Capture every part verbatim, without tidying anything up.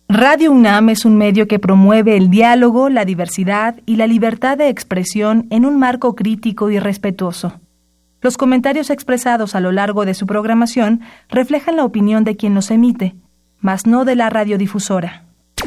Radio UNAM es un medio que promueve el diálogo, la diversidad y la libertad de expresión en un marco crítico y respetuoso. Los comentarios expresados a lo largo de su programación reflejan la opinión de quien los emite, mas no de la radiodifusora.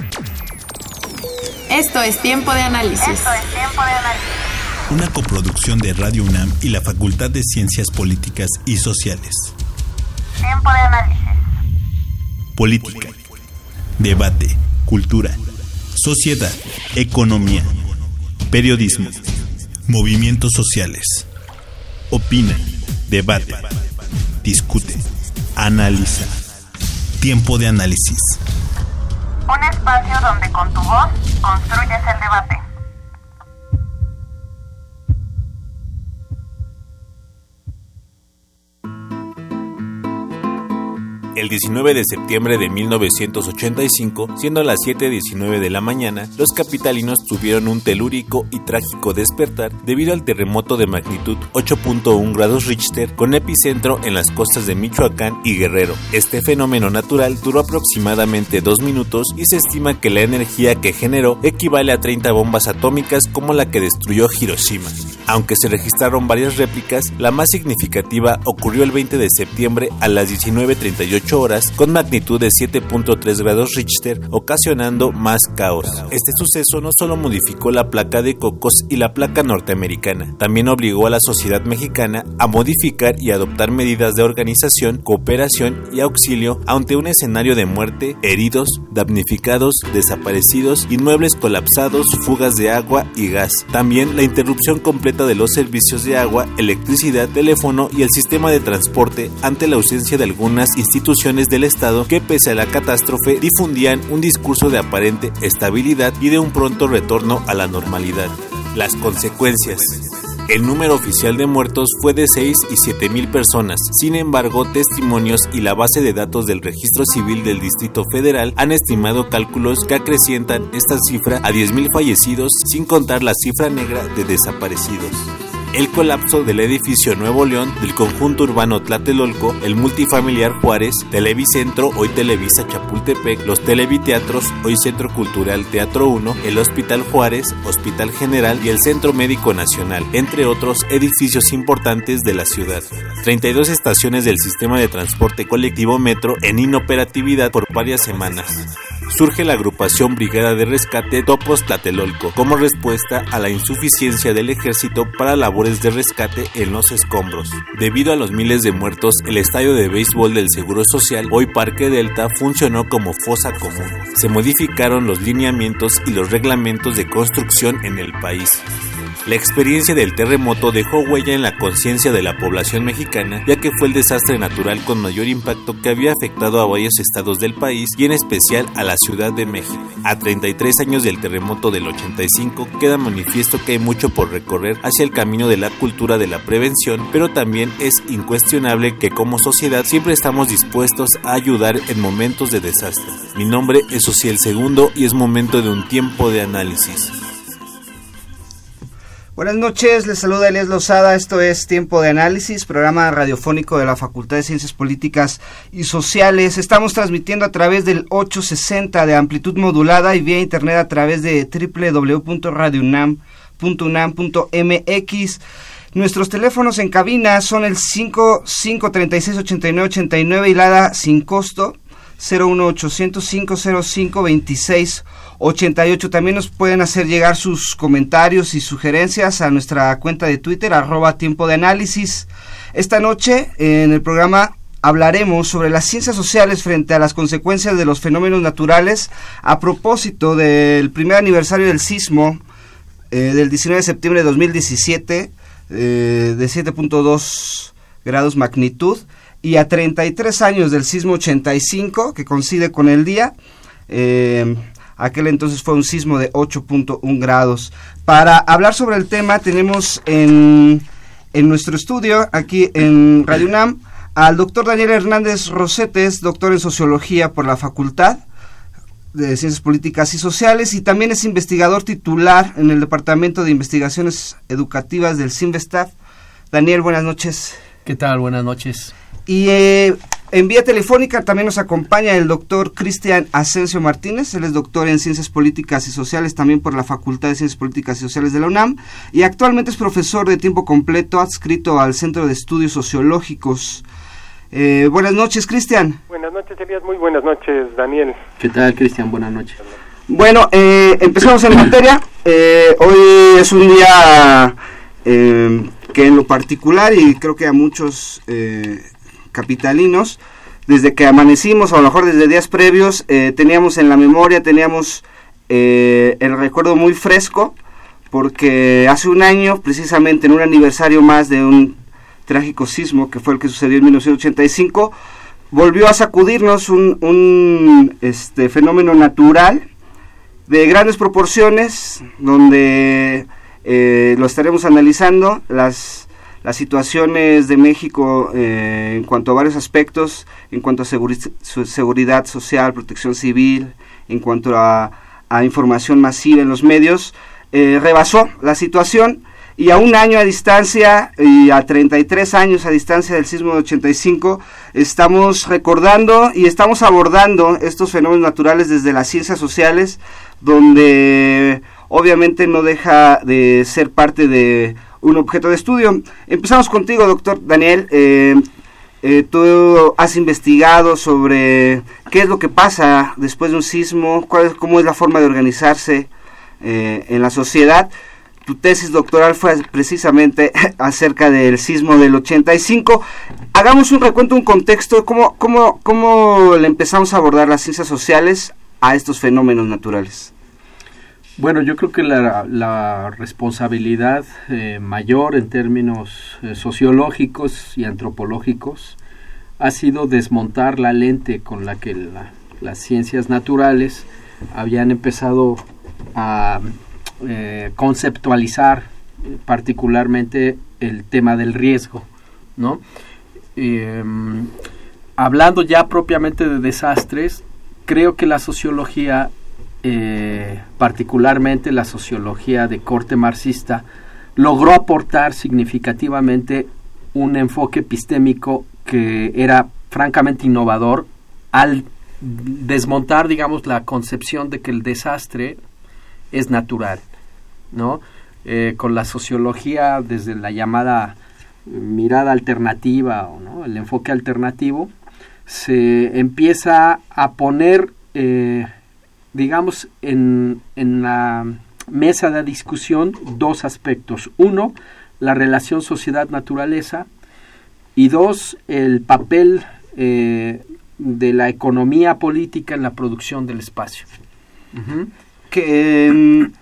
Esto es Tiempo de Análisis. Esto es Tiempo de Análisis. Una coproducción de Radio UNAM y la Facultad de Ciencias Políticas y Sociales. Tiempo de Análisis. Política, debate, cultura, sociedad, economía, periodismo, movimientos sociales. Opina, debate, discute, analiza. Tiempo de Análisis. Un espacio donde con tu voz construyes el debate. El diecinueve de septiembre de mil novecientos ochenta y cinco, siendo las siete diecinueve de la mañana, los capitalinos tuvieron un telúrico y trágico despertar debido al terremoto de magnitud ocho punto uno grados Richter con epicentro en las costas de Michoacán y Guerrero. Este fenómeno natural duró aproximadamente dos minutos y se estima que la energía que generó equivale a treinta bombas atómicas como la que destruyó Hiroshima. Aunque se registraron varias réplicas, la más significativa ocurrió el veinte de septiembre a las diecinueve treinta y ocho horas con magnitud de siete punto tres grados Richter, ocasionando más caos. Este suceso no solo modificó la placa de Cocos y la placa norteamericana, también obligó a la sociedad mexicana a modificar y adoptar medidas de organización, cooperación y auxilio ante un escenario de muerte, heridos, damnificados, desaparecidos, inmuebles colapsados, fugas de agua y gas. También la interrupción completa de los servicios de agua, electricidad, teléfono y el sistema de transporte ante la ausencia de algunas instituciones del Estado que, pese a la catástrofe, difundían un discurso de aparente estabilidad y de un pronto retorno a la normalidad. Las consecuencias. El número oficial de muertos fue de seis y siete mil personas. Sin embargo, testimonios y la base de datos del Registro Civil del Distrito Federal han estimado cálculos que acrecientan esta cifra a diez mil fallecidos, sin contar la cifra negra de desaparecidos. El colapso del edificio Nuevo León, del conjunto urbano Tlatelolco, el multifamiliar Juárez, Televicentro, hoy Televisa Chapultepec, los televiteatros, hoy Centro Cultural Teatro uno, el Hospital Juárez, Hospital General y el Centro Médico Nacional, entre otros edificios importantes de la ciudad. treinta y dos estaciones del sistema de transporte colectivo Metro en inoperatividad por varias semanas. Surge la agrupación Brigada de Rescate Topos Tlatelolco como respuesta a la insuficiencia del ejército para labores de rescate en los escombros. Debido a los miles de muertos, el estadio de béisbol del Seguro Social, hoy Parque Delta, funcionó como fosa común. Se modificaron los lineamientos y los reglamentos de construcción en el país. La experiencia del terremoto dejó huella en la conciencia de la población mexicana, ya que fue el desastre natural con mayor impacto que había afectado a varios estados del país y en especial a la Ciudad de México. A treinta y tres años del terremoto del ochenta y cinco, queda manifiesto que hay mucho por recorrer hacia el camino de la cultura de la prevención, pero también es incuestionable que como sociedad siempre estamos dispuestos a ayudar en momentos de desastre. Mi nombre es Ociel Segundo y es momento de un tiempo de análisis. Buenas noches, les saluda Elías Lozada, esto es Tiempo de Análisis, programa radiofónico de la Facultad de Ciencias Políticas y Sociales. Estamos transmitiendo a través del ochocientos sesenta de amplitud modulada y vía internet a través de doble u doble u doble u punto radio unam punto unam punto m x. Nuestros teléfonos en cabina son el cinco cinco treinta y seis ochenta y nueve ochenta y nueve y Lada sin costo cero uno ochocientos cinco cero cinco veintiséis ochenta y ocho. También nos pueden hacer llegar sus comentarios y sugerencias a nuestra cuenta de Twitter, arroba Tiempo de Análisis. Esta noche, en el programa, hablaremos sobre las ciencias sociales frente a las consecuencias de los fenómenos naturales a propósito del primer aniversario del sismo eh, del diecinueve de septiembre de dos mil diecisiete, eh, de siete punto dos grados magnitud, y a treinta y tres años del sismo ochenta y cinco, que coincide con el día. Eh, aquel entonces fue un sismo de ocho punto uno grados. Para hablar sobre el tema tenemos en, en nuestro estudio, aquí en Radio UNAM, al doctor Daniel Hernández Rosetes, doctor en Sociología por la Facultad de Ciencias Políticas y Sociales, y también es investigador titular en el Departamento de Investigaciones Educativas del CINVESTAF. Daniel, buenas noches. ¿Qué tal? Buenas noches. Y eh, En vía telefónica también nos acompaña el doctor Cristian Asensio Martínez. Él es doctor en Ciencias Políticas y Sociales también por la Facultad de Ciencias Políticas y Sociales de la UNAM y actualmente es profesor de tiempo completo adscrito al Centro de Estudios Sociológicos. Eh, buenas noches, Cristian. Buenas noches, Elías. Muy buenas noches, Daniel. ¿Qué tal, Cristian? Buenas noches. Bueno, eh, empezamos en materia. Eh, hoy es un día eh, que en lo particular, y creo que a muchos eh, capitalinos, desde que amanecimos, o a lo mejor desde días previos, eh, teníamos en la memoria, teníamos eh, el recuerdo muy fresco, porque hace un año, precisamente en un aniversario más de un trágico sismo, que fue el que sucedió en mil novecientos ochenta y cinco, volvió a sacudirnos un, un este, fenómeno natural de grandes proporciones, donde eh, lo estaremos analizando, las las situaciones de México eh, en cuanto a varios aspectos, en cuanto a seguri- seguridad social, protección civil, en cuanto a, a información masiva en los medios, eh, rebasó la situación, y a un año a distancia y a treinta y tres años a distancia del sismo de ochenta y cinco, estamos recordando y estamos abordando estos fenómenos naturales desde las ciencias sociales, donde obviamente no deja de ser parte de un objeto de estudio. Empezamos contigo, doctor Daniel. Eh, eh, tú has investigado sobre qué es lo que pasa después de un sismo, cuál es, cómo es la forma de organizarse eh, en la sociedad. Tu tesis doctoral fue precisamente acerca del sismo del ochenta y cinco. Hagamos un recuento, un contexto, cómo, cómo, cómo le empezamos a abordar las ciencias sociales a estos fenómenos naturales. Bueno, yo creo que la, la responsabilidad eh, mayor en términos eh, sociológicos y antropológicos ha sido desmontar la lente con la que la, las ciencias naturales habían empezado a eh, conceptualizar eh, particularmente el tema del riesgo, ¿no? Eh, hablando ya propiamente de desastres, creo que la sociología, Eh, particularmente la sociología de corte marxista, logró aportar significativamente un enfoque epistémico que era francamente innovador al desmontar, digamos, la concepción de que el desastre es natural, ¿no? Eh, con la sociología, desde la llamada mirada alternativa, ¿no?, el enfoque alternativo, se empieza a poner eh, digamos, en, en la mesa de discusión dos aspectos. Uno, la relación sociedad-naturaleza, y dos, el papel eh, de la economía política en la producción del espacio. Uh-huh. Que um,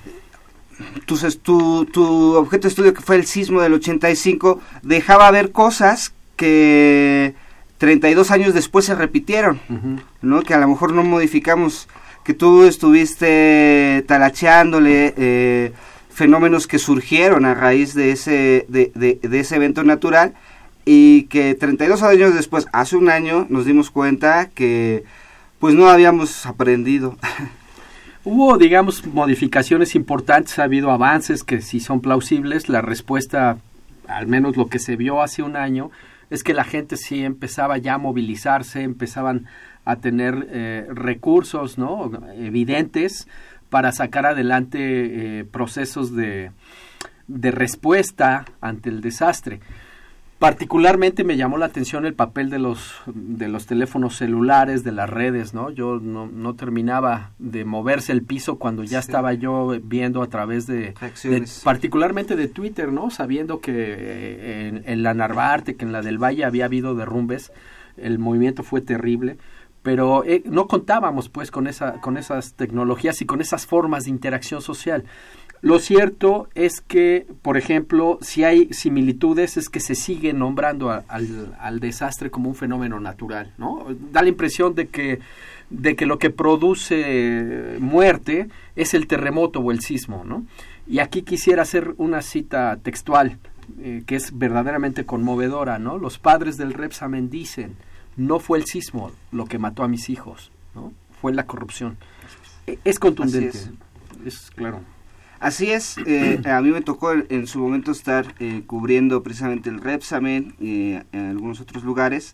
tu, tu, tu objeto de estudio, que fue el sismo del ochenta y cinco, dejaba ver cosas que treinta y dos años después se repitieron, uh-huh. ¿no? Que a lo mejor no modificamos, que tú estuviste talacheándole eh, fenómenos que surgieron a raíz de ese de, de, de ese evento natural, y que treinta y dos años después, hace un año, nos dimos cuenta que pues no habíamos aprendido. Hubo, digamos, modificaciones importantes, ha habido avances que sí son plausibles. La respuesta, al menos lo que se vio hace un año, es que la gente sí empezaba ya a movilizarse, empezaban a tener eh, recursos, ¿no?, evidentes para sacar adelante eh, procesos de, de respuesta ante el desastre. Particularmente me llamó la atención el papel de los de los teléfonos celulares, de las redes, ¿no? Yo no, no terminaba de moverse el piso cuando ya sí. estaba yo viendo a través de, de particularmente de Twitter, ¿no? Sabiendo que eh, en, en la Narvarte, que en la del Valle había habido derrumbes, el movimiento fue terrible. Pero eh, no contábamos pues con esa con esas tecnologías y con esas formas de interacción social. Lo cierto es que, por ejemplo, si hay similitudes, es que se sigue nombrando a, al, al desastre como un fenómeno natural, ¿no? Da la impresión de que de que lo que produce muerte es el terremoto o el sismo, ¿no? Y aquí quisiera hacer una cita textual eh, que es verdaderamente conmovedora, ¿no? Los padres del Repsamen dicen: no fue el sismo lo que mató a mis hijos, ¿no? Fue la corrupción. Es contundente. Así es. Es claro. Así es. Eh, a mí me tocó en, en su momento estar eh, cubriendo precisamente el Repsamen y eh, en algunos otros lugares,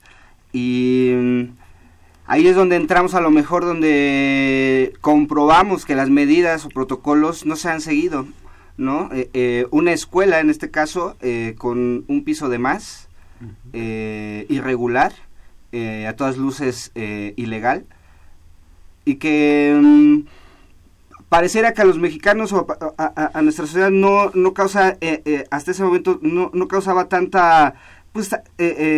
y mm, ahí es donde entramos a lo mejor, donde comprobamos que las medidas o protocolos no se han seguido, ¿no? Eh, eh, una escuela, en este caso, eh, con un piso de más, eh, irregular, eh, a todas luces eh, ilegal, y que mm, pareciera que a los mexicanos o a, a, a nuestra sociedad no, no causa, eh, eh, hasta ese momento, no, no causaba tanta, pues, eh,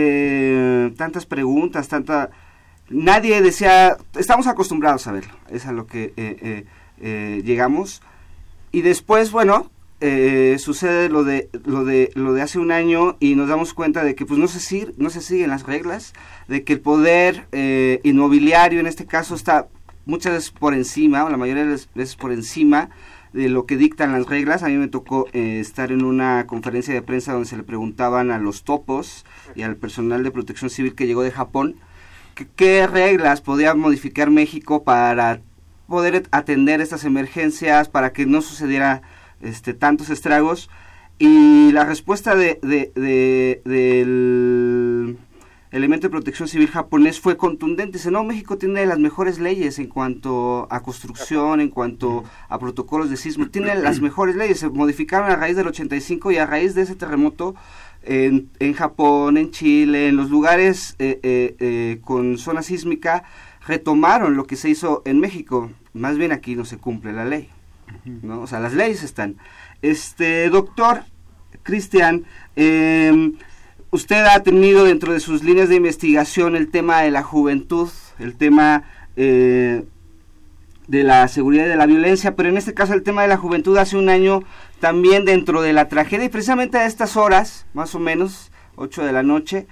eh, tantas preguntas, tanta... Nadie decía, estamos acostumbrados a verlo, es a lo que eh, eh, eh, llegamos. Y después, bueno, eh, sucede lo de lo de lo de hace un año y nos damos cuenta de que pues no se sig- no se siguen las reglas, de que el poder eh, inmobiliario en este caso está muchas veces por encima, o la mayoría de las veces por encima de lo que dictan las reglas. A mí me tocó eh, estar en una conferencia de prensa donde se le preguntaban a los topos y al personal de protección civil que llegó de Japón que, qué reglas podía modificar México para poder atender estas emergencias, para que no sucediera este tantos estragos. Y la respuesta de, de, de del elemento de protección civil japonés fue contundente. Dice, no, México tiene las mejores leyes en cuanto a construcción, en cuanto a protocolos de sismo, tiene las mejores leyes. Se modificaron a raíz del ochenta y cinco y a raíz de ese terremoto en, en Japón, en Chile, en los lugares eh, eh, eh, con zona sísmica, retomaron lo que se hizo en México. Más bien aquí no se cumple la ley, ¿no? O sea, las leyes están. Este, doctor Cristian, eh, usted ha tenido dentro de sus líneas de investigación el tema de la juventud, el tema eh, de la seguridad y de la violencia, pero en este caso el tema de la juventud hace un año también dentro de la tragedia, y precisamente a estas horas, más o menos, ocho de la noche,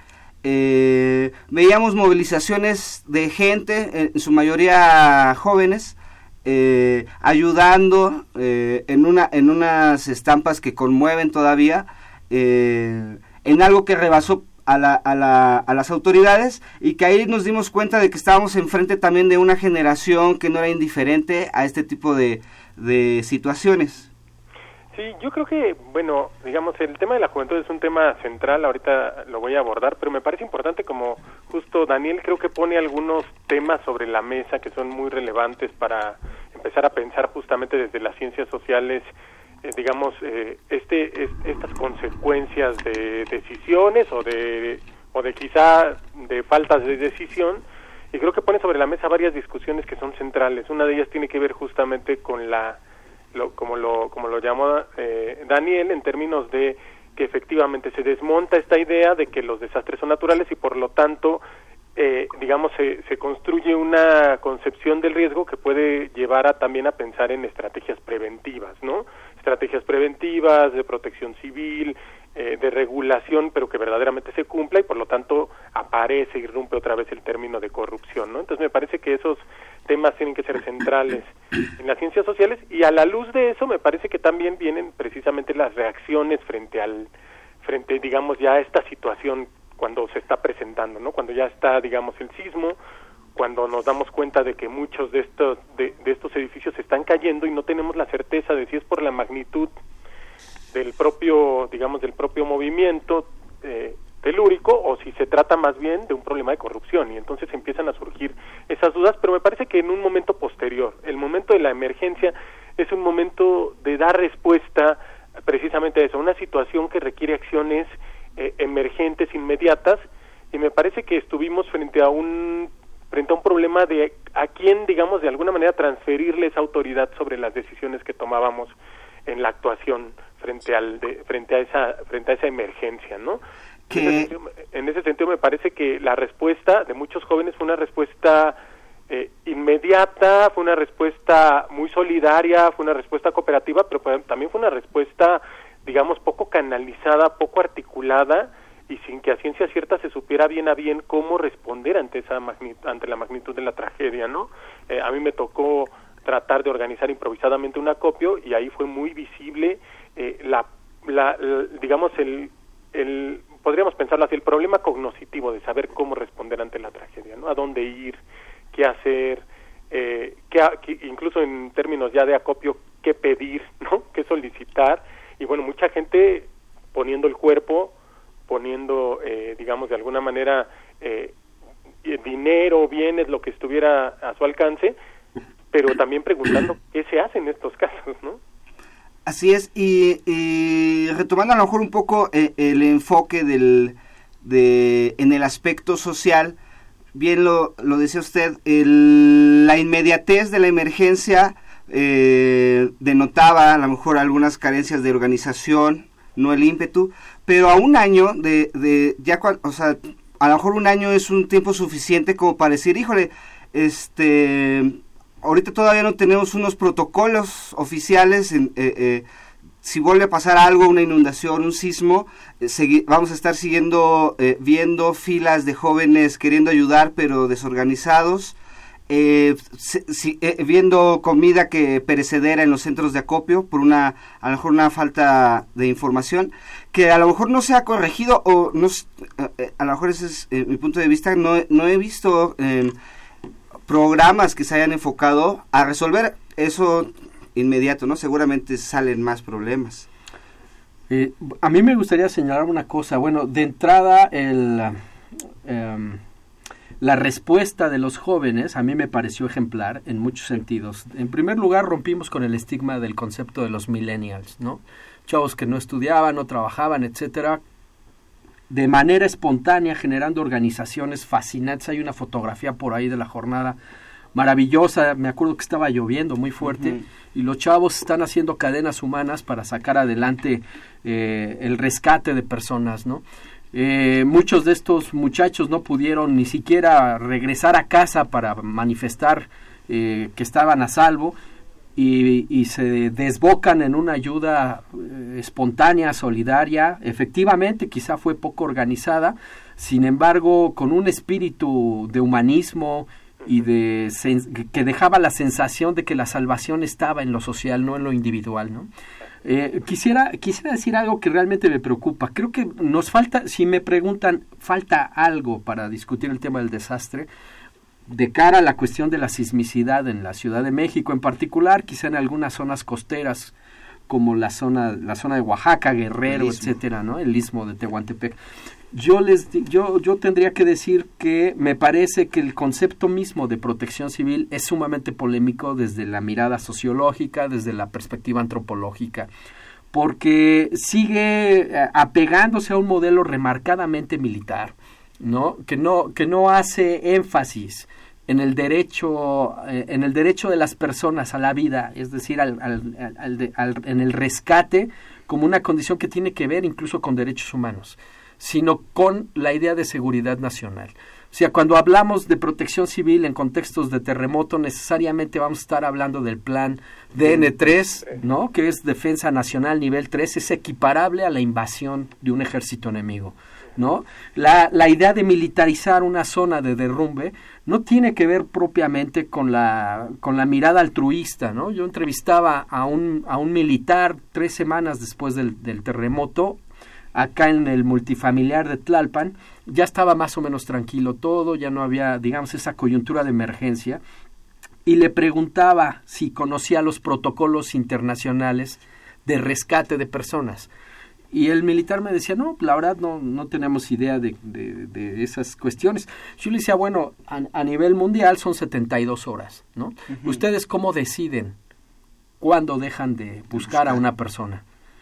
eh, veíamos movilizaciones de gente, en su mayoría jóvenes, eh, ayudando eh, en una en unas estampas que conmueven todavía, eh, en algo que rebasó a, la, a, la, a las autoridades, y que ahí nos dimos cuenta de que estábamos enfrente también de una generación que no era indiferente a este tipo de, de situaciones. Sí, yo creo que, bueno, digamos, el tema de la juventud es un tema central, ahorita lo voy a abordar, pero me parece importante, como justo Daniel creo que pone algunos temas sobre la mesa que son muy relevantes para empezar a pensar justamente desde las ciencias sociales, eh, digamos, eh, este es, estas consecuencias de decisiones o de o de quizá de faltas de decisión, y creo que pone sobre la mesa varias discusiones que son centrales. Una de ellas tiene que ver justamente con la Lo, como lo como lo llamó eh, Daniel, en términos de que efectivamente se desmonta esta idea de que los desastres son naturales y por lo tanto eh, digamos se, se construye una concepción del riesgo que puede llevar a también a pensar en estrategias preventivas, ¿no? Estrategias preventivas de protección civil, eh, de regulación, pero que verdaderamente se cumpla, y por lo tanto aparece y irrumpe otra vez el término de corrupción, ¿no? Entonces me parece que esos temas tienen que ser centrales en las ciencias sociales, y a la luz de eso me parece que también vienen precisamente las reacciones frente al frente digamos ya a esta situación cuando se está presentando, ¿no? Cuando ya está digamos el sismo, cuando nos damos cuenta de que muchos de estos de, de estos edificios se están cayendo y no tenemos la certeza de si es por la magnitud del propio digamos del propio movimiento eh, telúrico o si se trata más bien de un problema de corrupción, y entonces empiezan a surgir esas dudas, pero me parece que en un momento posterior. El momento de la emergencia es un momento de dar respuesta precisamente a eso, una situación que requiere acciones eh, emergentes, inmediatas, y me parece que estuvimos frente a un frente a un problema de a quién, digamos, de alguna manera transferirle esa autoridad sobre las decisiones que tomábamos en la actuación frente al de, frente a esa frente a esa emergencia, ¿no? En ese, sentido, en ese sentido me parece que la respuesta de muchos jóvenes fue una respuesta eh, inmediata, fue una respuesta muy solidaria, fue una respuesta cooperativa, pero también fue una respuesta, digamos, poco canalizada, poco articulada, y sin que a ciencia cierta se supiera bien a bien cómo responder ante esa magnitud, ante la magnitud de la tragedia, ¿no? Eh, a mí me tocó tratar de organizar improvisadamente un acopio, y ahí fue muy visible eh, la, la, la, digamos, el el podríamos pensarlo así, el problema cognoscitivo de saber cómo responder ante la tragedia, ¿no? A dónde ir, qué hacer, eh, qué, qué, incluso en términos ya de acopio, qué pedir, ¿no? Qué solicitar, y bueno, mucha gente poniendo el cuerpo, poniendo, eh, digamos, de alguna manera, eh, dinero, bienes, lo que estuviera a su alcance, pero también preguntando qué se hace en estos casos, ¿no? Así es, y, y retomando a lo mejor un poco eh, el enfoque del de en el aspecto social, bien lo, lo decía usted, el, la inmediatez de la emergencia eh, denotaba a lo mejor algunas carencias de organización, no el ímpetu, pero a un año de, de ya, o sea, a lo mejor un año es un tiempo suficiente como para decir, híjole, este, ahorita todavía no tenemos unos protocolos oficiales, en, eh, eh, si vuelve a pasar algo, una inundación, un sismo, eh, segui- vamos a estar siguiendo, eh, viendo filas de jóvenes queriendo ayudar pero desorganizados, eh, si, si, eh, viendo comida que perecedera en los centros de acopio por una, a lo mejor una falta de información, que a lo mejor no se ha corregido, o no, eh, a lo mejor ese es eh, mi punto de vista, no, no he visto eh, programas que se hayan enfocado a resolver eso inmediato, ¿no? Seguramente salen más problemas. Eh, a mí me gustaría señalar una cosa. Bueno, de entrada, el, um, la respuesta de los jóvenes a mí me pareció ejemplar en muchos sentidos. En primer lugar, rompimos con el estigma del concepto de los millennials, ¿no? Chavos que no estudiaban, no trabajaban, etcétera, de manera espontánea, generando organizaciones fascinantes. Hay una fotografía por ahí de la jornada maravillosa, me acuerdo que estaba lloviendo muy fuerte, uh-huh. y los chavos están haciendo cadenas humanas para sacar adelante eh, el rescate de personas, ¿no? Eh, muchos de estos muchachos no pudieron ni siquiera regresar a casa para manifestar eh, que estaban a salvo, y, y se desbocan en una ayuda eh, espontánea, solidaria. Efectivamente, quizá fue poco organizada, sin embargo, con un espíritu de humanismo y de sen- que dejaba la sensación de que la salvación estaba en lo social, no en lo individual, ¿no? Eh, quisiera quisiera decir algo que realmente me preocupa. Creo que nos falta, si me preguntan, falta algo para discutir el tema del desastre de cara a la cuestión de la sismicidad en la Ciudad de México, en particular, quizá en algunas zonas costeras como la zona la zona de Oaxaca, Guerrero, etcétera, ¿no? El istmo de Tehuantepec. Yo les yo yo tendría que decir que me parece que el concepto mismo de protección civil es sumamente polémico desde la mirada sociológica, desde la perspectiva antropológica, porque sigue apegándose a un modelo remarcadamente militar, ¿no? Que no que no hace énfasis en el derecho eh, en el derecho de las personas a la vida, es decir, al, al, al, de, al en el rescate como una condición que tiene que ver incluso con derechos humanos, sino con la idea de seguridad nacional. O sea, cuando hablamos de protección civil en contextos de terremoto, necesariamente vamos a estar hablando del plan D N tres, ¿no? Que es Defensa Nacional Nivel tres, es equiparable a la invasión de un ejército enemigo, ¿no? La, la idea de militarizar una zona de derrumbe no tiene que ver propiamente con la con la mirada altruista, ¿no? Yo entrevistaba a un a un militar tres semanas después del, del terremoto acá en el multifamiliar de Tlalpan. Ya estaba más o menos tranquilo todo, ya no había, digamos, esa coyuntura de emergencia, y le preguntaba si conocía los protocolos internacionales de rescate de personas. Y el militar me decía, no, la verdad no, no tenemos idea de, de, de esas cuestiones. Yo le decía, bueno, a, a nivel mundial son setenta y dos horas, ¿no? Uh-huh. ¿Ustedes cómo deciden cuándo dejan de buscar a una persona?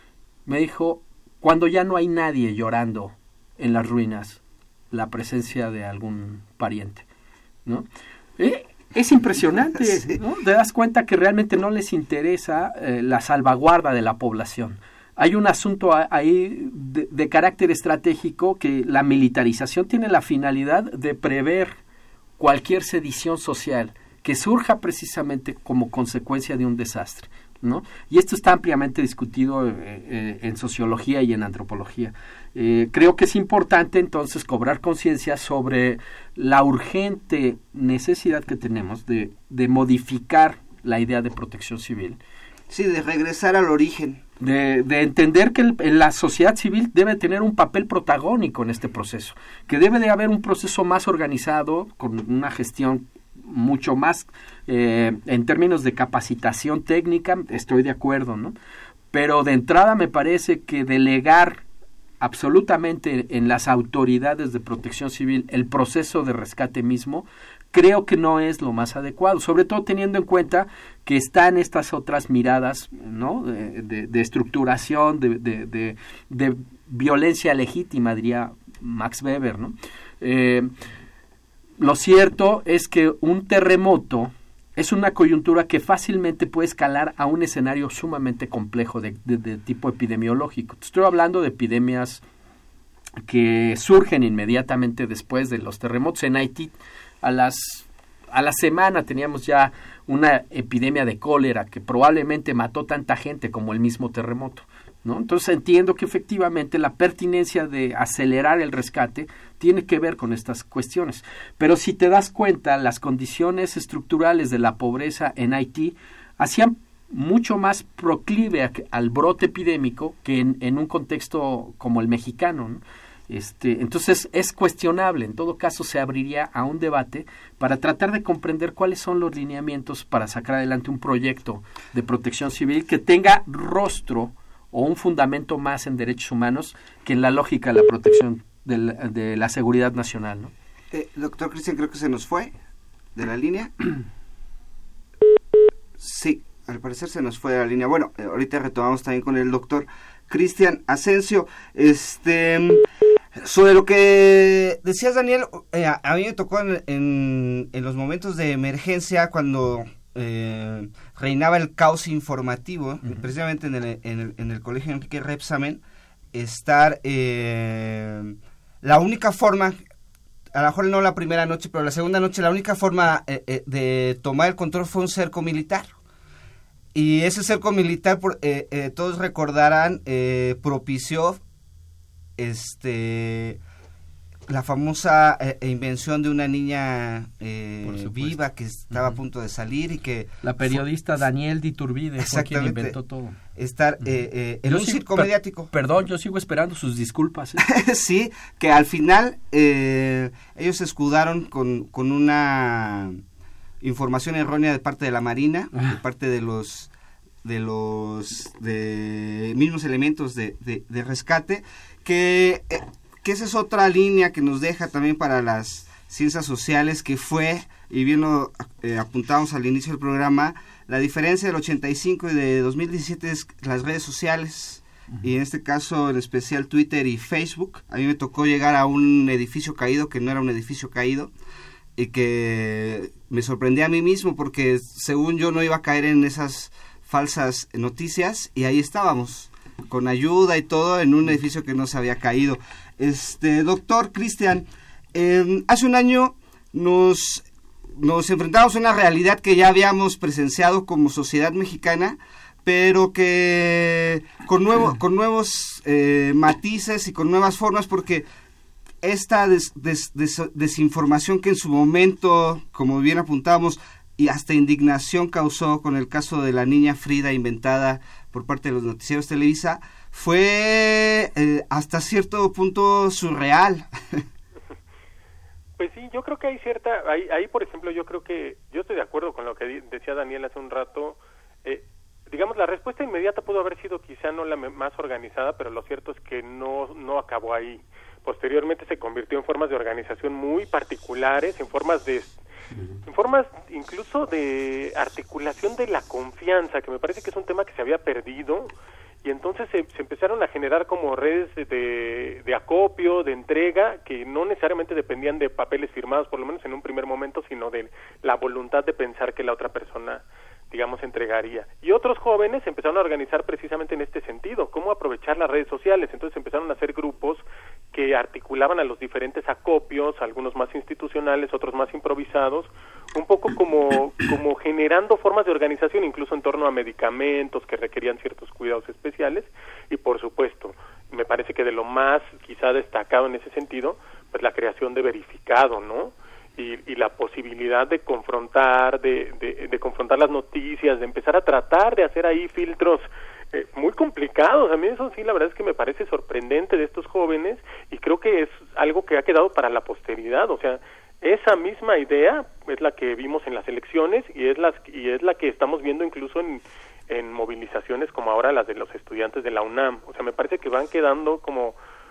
Me dijo, cuando ya no hay nadie llorando en las ruinas la presencia de algún pariente, ¿no? Eh, es impresionante, sí. ¿no? Te das cuenta que realmente no les interesa eh, la salvaguarda de la población. Hay un asunto ahí de, de carácter estratégico, que la militarización tiene la finalidad de prever cualquier sedición social que surja precisamente como consecuencia de un desastre, ¿no? Y esto está ampliamente discutido eh, eh, en sociología y en antropología. Eh, creo que es importante entonces cobrar conciencia sobre la urgente necesidad que tenemos de, de modificar la idea de protección civil. Sí, de regresar al origen. De, de entender que el, la sociedad civil debe tener un papel protagónico en este proceso, que debe de haber un proceso más organizado, con una gestión mucho más eh, en términos de capacitación técnica. Estoy de acuerdo, ¿no? Pero de entrada me parece que delegar absolutamente en las autoridades de protección civil el proceso de rescate mismo, creo que no es lo más adecuado, sobre todo teniendo en cuenta que están estas otras miradas, ¿no?, de, de, de estructuración, de, de, de, de violencia legítima, diría Max Weber, ¿no? Eh, lo cierto es que un terremoto es una coyuntura que fácilmente puede escalar a un escenario sumamente complejo de, de, de tipo epidemiológico. Estoy hablando de epidemias que surgen inmediatamente después de los terremotos. En Haití, a las a la semana teníamos ya una epidemia de cólera que probablemente mató tanta gente como el mismo terremoto, ¿no? Entonces entiendo que efectivamente la pertinencia de acelerar el rescate tiene que ver con estas cuestiones. Pero si te das cuenta, las condiciones estructurales de la pobreza en Haití hacían mucho más proclive a, al brote epidémico que en, en un contexto como el mexicano, ¿no? Este, entonces es cuestionable. En todo caso se abriría a un debate para tratar de comprender cuáles son los lineamientos para sacar adelante un proyecto de protección civil que tenga rostro o un fundamento más en derechos humanos que en la lógica de la protección de la, de la seguridad nacional, ¿no? Eh, doctor Cristian, creo que se nos fue de la línea. Sí, al parecer se nos fue de la línea. Bueno, eh, ahorita retomamos también con el doctor Cristian Asensio. Este, sobre lo que decías, Daniel, eh, a, a mí me tocó en, en, en los momentos de emergencia cuando eh, reinaba el caos informativo, uh-huh. precisamente en el, en, el, en el colegio Enrique Rebsamen, estar eh, la única forma, a lo mejor no la primera noche, pero la segunda noche, la única forma eh, eh, de tomar el control fue un cerco militar. Y ese cerco militar, por, eh, eh, todos recordarán, eh, propició este la famosa eh, invención de una niña eh, viva que estaba uh-huh. a punto de salir y que... La periodista fue, Daniel Diturbide fue quien inventó todo. Estar uh-huh. eh, eh, en yo un sigo, circo per, mediático. Perdón, yo sigo esperando sus disculpas. ¿eh? Sí, que al final eh, ellos se escudaron con, con una información errónea de parte de la Marina, uh-huh. de parte de los de los de mismos elementos de, de, de rescate, que... Eh, que esa es otra línea que nos deja también para las ciencias sociales, que fue, y bien lo eh, apuntamos al inicio del programa, la diferencia del ochenta y cinco y de dos mil diecisiete es las redes sociales, uh-huh. y en este caso en especial Twitter y Facebook. A mí me tocó llegar a un edificio caído que no era un edificio caído, y que me sorprendía a mí mismo porque según yo no iba a caer en esas falsas noticias, y ahí estábamos, con ayuda y todo, en un edificio que no se había caído. Este, doctor Cristian, eh, hace un año nos, nos enfrentamos a una realidad que ya habíamos presenciado como sociedad mexicana, pero que con, nuevo, con nuevos eh, matices y con nuevas formas, porque esta des, des, des, desinformación que en su momento, como bien apuntamos, y hasta indignación causó con el caso de la niña Frida inventada por parte de los noticieros Televisa, fue eh, hasta cierto punto surreal. Pues sí, yo creo que hay cierta, ahí, ahí por ejemplo, yo creo que, yo estoy de acuerdo con lo que di, decía Daniel hace un rato, eh, digamos, la respuesta inmediata pudo haber sido quizá no la más organizada, pero lo cierto es que no, no acabó ahí. Posteriormente se convirtió en formas de organización muy particulares, en formas de... en formas incluso de articulación de la confianza, que me parece que es un tema que se había perdido, y entonces se, se empezaron a generar como redes de, de acopio, de entrega, que no necesariamente dependían de papeles firmados, por lo menos en un primer momento, sino de la voluntad de pensar que la otra persona, digamos, entregaría. Y otros jóvenes empezaron a organizar precisamente en este sentido, cómo aprovechar las redes sociales. Entonces empezaron a hacer grupos que articulaban a los diferentes acopios, algunos más institucionales, otros más improvisados, un poco como, como generando formas de organización, incluso en torno a medicamentos que requerían ciertos cuidados especiales, y por supuesto, me parece que de lo más quizá destacado en ese sentido, pues la creación de verificado, ¿no? Y, y la posibilidad de confrontar, de, de, de confrontar las noticias, de empezar a tratar de hacer ahí filtros eh, muy complicados. A mí eso sí, la verdad es que me parece sorprendente de estos jóvenes, y creo que es algo que ha quedado para la posteridad. O sea, esa misma idea es la que vimos en las elecciones, y es, las, y es la que estamos viendo incluso en, en movilizaciones como ahora las de los estudiantes de la UNAM. O sea, me parece que van quedando como...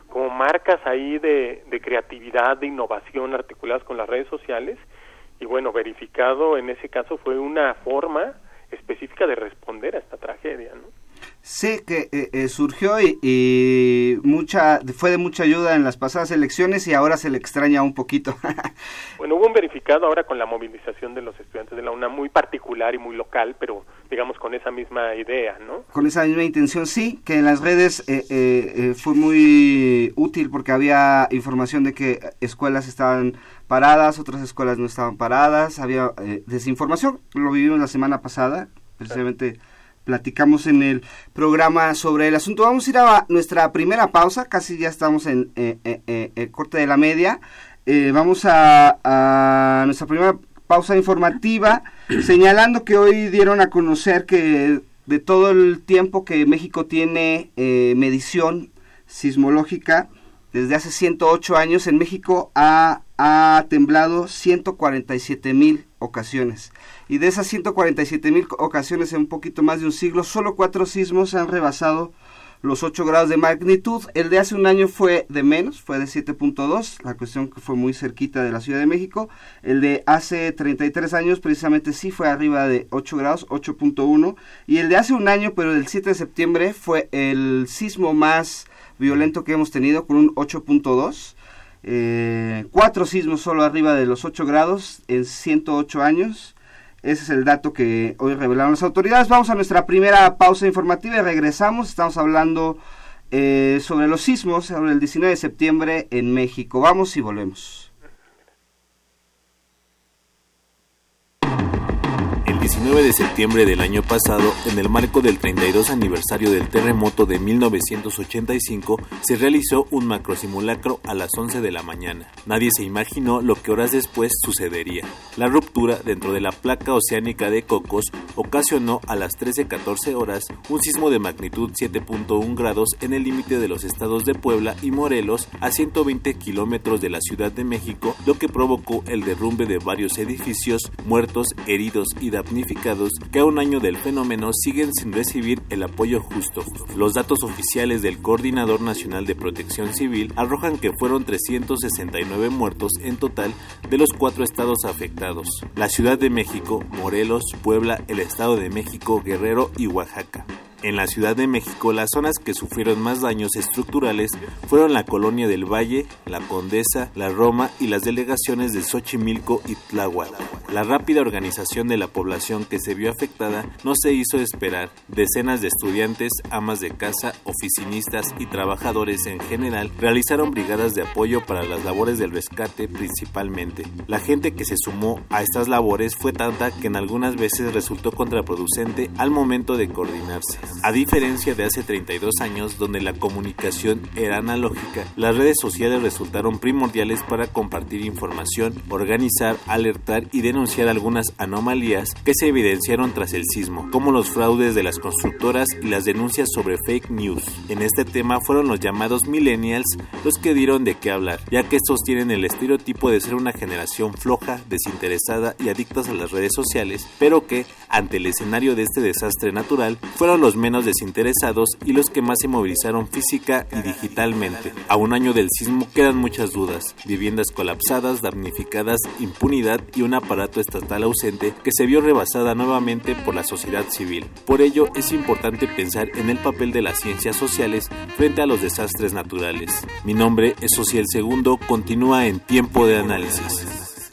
como marcas ahí de, de creatividad, de innovación articuladas con las redes sociales, y bueno, verificado en ese caso fue una forma específica de responder a esta tragedia, ¿no? Sí, que eh, eh, surgió y, y mucha fue de mucha ayuda en las pasadas elecciones y ahora se le extraña un poquito. Bueno, hubo un verificado ahora con la movilización de los estudiantes de la UNAM, muy particular y muy local, pero digamos con esa misma idea, ¿no? Con esa misma intención, sí, que en las redes eh, eh, eh, fue muy útil porque había información de que escuelas estaban paradas, otras escuelas no estaban paradas, había eh, desinformación, lo vivimos la semana pasada, precisamente... Sí. Platicamos en el programa sobre el asunto. Vamos a ir a nuestra primera pausa, casi ya estamos en eh, eh, eh, el corte de la media. Eh, vamos a, a nuestra primera pausa informativa, señalando que hoy dieron a conocer que de todo el tiempo que México tiene eh, medición sismológica, desde hace ciento ocho años, en México ha, ha temblado ciento cuarenta y siete mil ocasiones. Y de esas ciento cuarenta y siete mil ocasiones en un poquito más de un siglo, solo cuatro sismos han rebasado los ocho grados de magnitud. El de hace un año fue de menos, fue de siete punto dos, la cuestión que fue muy cerquita de la Ciudad de México. El de hace treinta y tres años precisamente sí fue arriba de ocho grados, ocho punto uno. Y el de hace un año, pero del siete de septiembre, fue el sismo más violento que hemos tenido, con un ocho punto dos. Eh, cuatro sismos solo arriba de los ocho grados en ciento ocho años. Ese es el dato que hoy revelaron las autoridades. Vamos a nuestra primera pausa informativa y regresamos. Estamos hablando eh, sobre los sismos, sobre el diecinueve de septiembre en México. Vamos y volvemos. El diecinueve de septiembre del año pasado, en el marco del treinta y dos aniversario del terremoto de mil novecientos ochenta y cinco, se realizó un macrosimulacro a las once de la mañana. Nadie se imaginó lo que horas después sucedería. La ruptura dentro de la placa oceánica de Cocos ocasionó a las trece catorce horas un sismo de magnitud siete punto uno grados en el límite de los estados de Puebla y Morelos, a ciento veinte kilómetros de la Ciudad de México, lo que provocó el derrumbe de varios edificios, muertos, heridos y damnificados que a un año del fenómeno siguen sin recibir el apoyo justo. Los datos oficiales del Coordinador Nacional de Protección Civil arrojan que fueron trescientos sesenta y nueve muertos en total de los cuatro estados afectados: la Ciudad de México, Morelos, Puebla, el Estado de México, Guerrero y Oaxaca. En la Ciudad de México, las zonas que sufrieron más daños estructurales fueron la Colonia del Valle, la Condesa, la Roma y las delegaciones de Xochimilco y Tláhuac. La rápida organización de la población que se vio afectada no se hizo esperar. Decenas de estudiantes, amas de casa, oficinistas y trabajadores en general realizaron brigadas de apoyo para las labores del rescate principalmente. La gente que se sumó a estas labores fue tanta que en algunas veces resultó contraproducente al momento de coordinarse. A diferencia de hace treinta y dos años, donde la comunicación era analógica, las redes sociales resultaron primordiales para compartir información, organizar, alertar y denunciar algunas anomalías que se evidenciaron tras el sismo, como los fraudes de las constructoras y las denuncias sobre fake news. En este tema fueron los llamados millennials los que dieron de qué hablar, ya que estos tienen el estereotipo de ser una generación floja, desinteresada y adictas a las redes sociales, pero que, ante el escenario de este desastre natural, fueron los menos desinteresados y los que más se movilizaron física y digitalmente. A un año del sismo quedan muchas dudas: viviendas colapsadas, damnificadas, impunidad y un aparato estatal ausente que se vio rebasada nuevamente por la sociedad civil. Por ello, es importante pensar en el papel de las ciencias sociales frente a los desastres naturales. Mi nombre es Ociel Segundo, continúa en Tiempo de Análisis.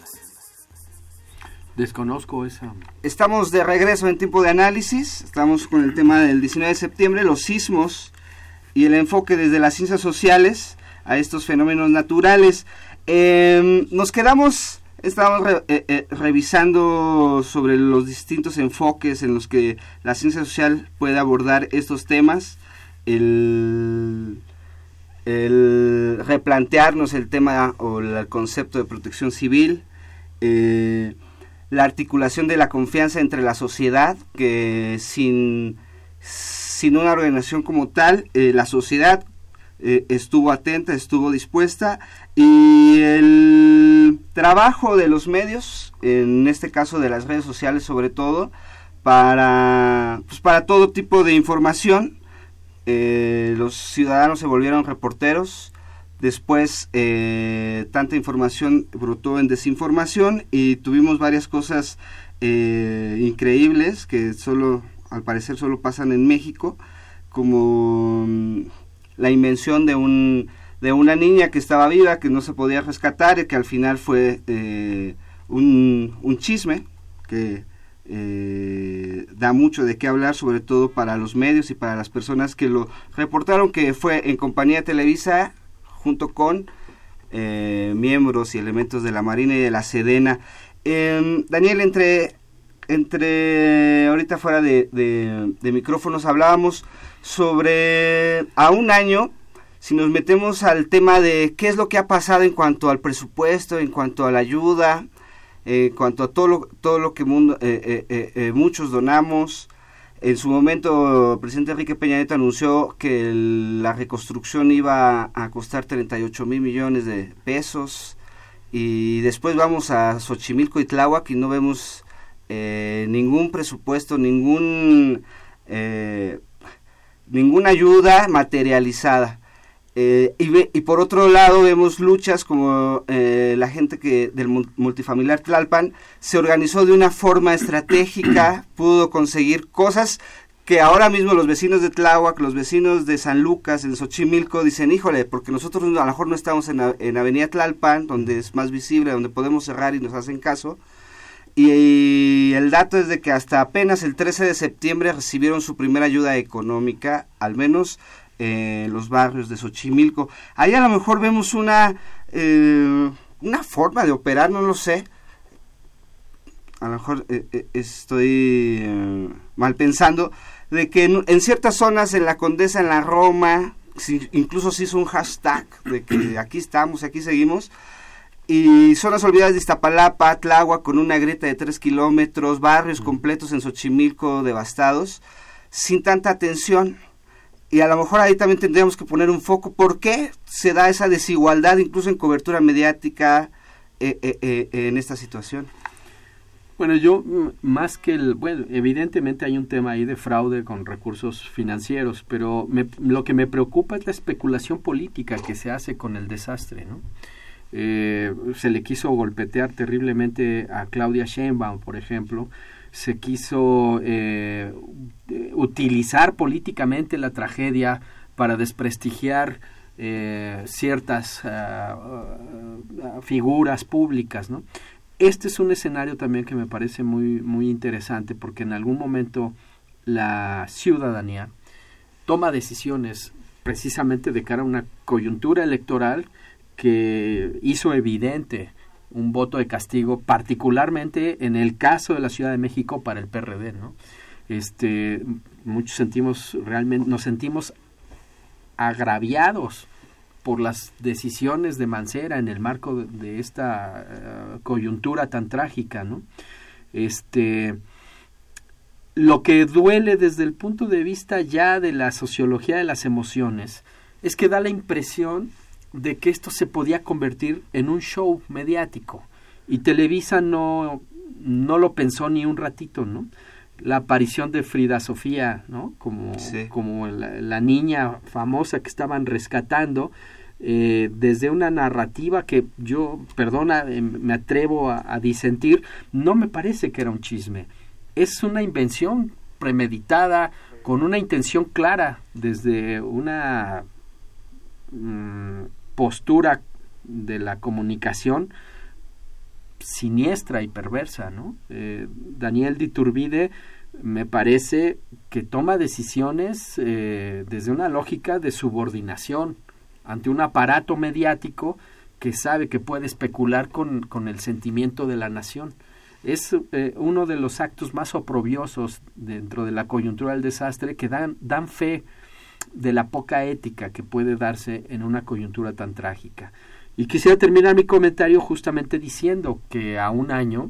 Desconozco esa. Estamos de regreso en Tiempo de Análisis. Estamos con el tema del diecinueve de septiembre, los sismos y el enfoque desde las ciencias sociales a estos fenómenos naturales. Eh, nos quedamos, estábamos re, eh, eh, revisando sobre los distintos enfoques en los que la ciencia social puede abordar estos temas. El, el replantearnos el tema o el concepto de protección civil. Eh, la articulación de la confianza entre la sociedad, que sin, sin una organización como tal, eh, la sociedad eh, estuvo atenta, estuvo dispuesta, y el trabajo de los medios, en este caso de las redes sociales sobre todo, para, pues para todo tipo de información. Eh, los ciudadanos se volvieron reporteros, Después, eh, tanta información brotó en desinformación y tuvimos varias cosas eh, increíbles que solo, al parecer, solo pasan en México, como um, la invención de un de una niña que estaba viva, que no se podía rescatar y que al final fue eh, un, un chisme que eh, da mucho de qué hablar, sobre todo para los medios y para las personas que lo reportaron, que fue en compañía de Televisa, junto con eh, miembros y elementos de la Marina y de la Sedena. Eh, Daniel, entre, entre ahorita fuera de, de, de micrófonos hablábamos sobre a un año, si nos metemos al tema de qué es lo que ha pasado en cuanto al presupuesto, en cuanto a la ayuda, eh, en cuanto a todo lo, todo lo que mundo, eh, eh, eh, muchos donamos. En su momento, el presidente Enrique Peña Nieto anunció que el, la reconstrucción iba a costar treinta y ocho mil millones de pesos, y después vamos a Xochimilco y Tláhuac y no vemos eh, ningún presupuesto, ningún eh, ninguna ayuda materializada. Eh, y, ve, y por otro lado vemos luchas como eh, la gente que del multifamiliar Tlalpan se organizó de una forma estratégica, pudo conseguir cosas que ahora mismo los vecinos de Tláhuac, los vecinos de San Lucas, en Xochimilco, dicen, híjole, porque nosotros a lo mejor no estamos en, en Avenida Tlalpan, donde es más visible, donde podemos cerrar y nos hacen caso. Y, y el dato es de que hasta apenas el trece de septiembre recibieron su primera ayuda económica, al menos eh, los barrios de Xochimilco. Ahí a lo mejor vemos una eh, una forma de operar, no lo sé. A lo mejor eh, eh, estoy eh, mal pensando, de que en, en ciertas zonas, en la Condesa, en la Roma, si, incluso se hizo un hashtag de que aquí estamos, aquí seguimos. Y zonas olvidadas de Iztapalapa, Tláhuac, con una grieta de tres kilómetros, barrios completos en Xochimilco devastados, sin tanta atención. Y a lo mejor ahí también tendríamos que poner un foco. ¿Por qué se da esa desigualdad, incluso en cobertura mediática, eh, eh, eh, en esta situación? Bueno, yo, más que el... Bueno, evidentemente hay un tema ahí de fraude con recursos financieros, pero me, lo que me preocupa es la especulación política que se hace con el desastre, ¿no? Eh, se le quiso golpetear terriblemente a Claudia Sheinbaum, por ejemplo. Se quiso eh, utilizar políticamente la tragedia para desprestigiar eh, ciertas uh, uh, figuras públicas, ¿no? Este es un escenario también que me parece muy, muy interesante, porque en algún momento la ciudadanía toma decisiones precisamente de cara a una coyuntura electoral que hizo evidente un voto de castigo, particularmente en el caso de la Ciudad de México para el P R D, ¿no? Este, muchos sentimos realmente, nos sentimos agraviados por las decisiones de Mancera en el marco de, de esta uh, coyuntura tan trágica, ¿no? Este, lo que duele desde el punto de vista ya de la sociología de las emociones es que da la impresión de que esto se podía convertir en un show mediático, y Televisa no, no lo pensó ni un ratito, ¿no? La aparición de Frida Sofía, ¿no? Como, sí. como la, la niña famosa que estaban rescatando, eh, desde una narrativa que yo, perdona, eh, me atrevo a, a disentir, no me parece que era un chisme. Es una invención premeditada, con una intención clara, desde una mmm, postura de la comunicación siniestra y perversa, ¿no? Eh, Daniel de Iturbide me parece que toma decisiones eh, desde una lógica de subordinación ante un aparato mediático que sabe que puede especular con, con el sentimiento de la nación. Es eh, uno de los actos más oprobiosos dentro de la coyuntura del desastre que dan, dan fe de la poca ética que puede darse en una coyuntura tan trágica. Y quisiera terminar mi comentario justamente diciendo que a un año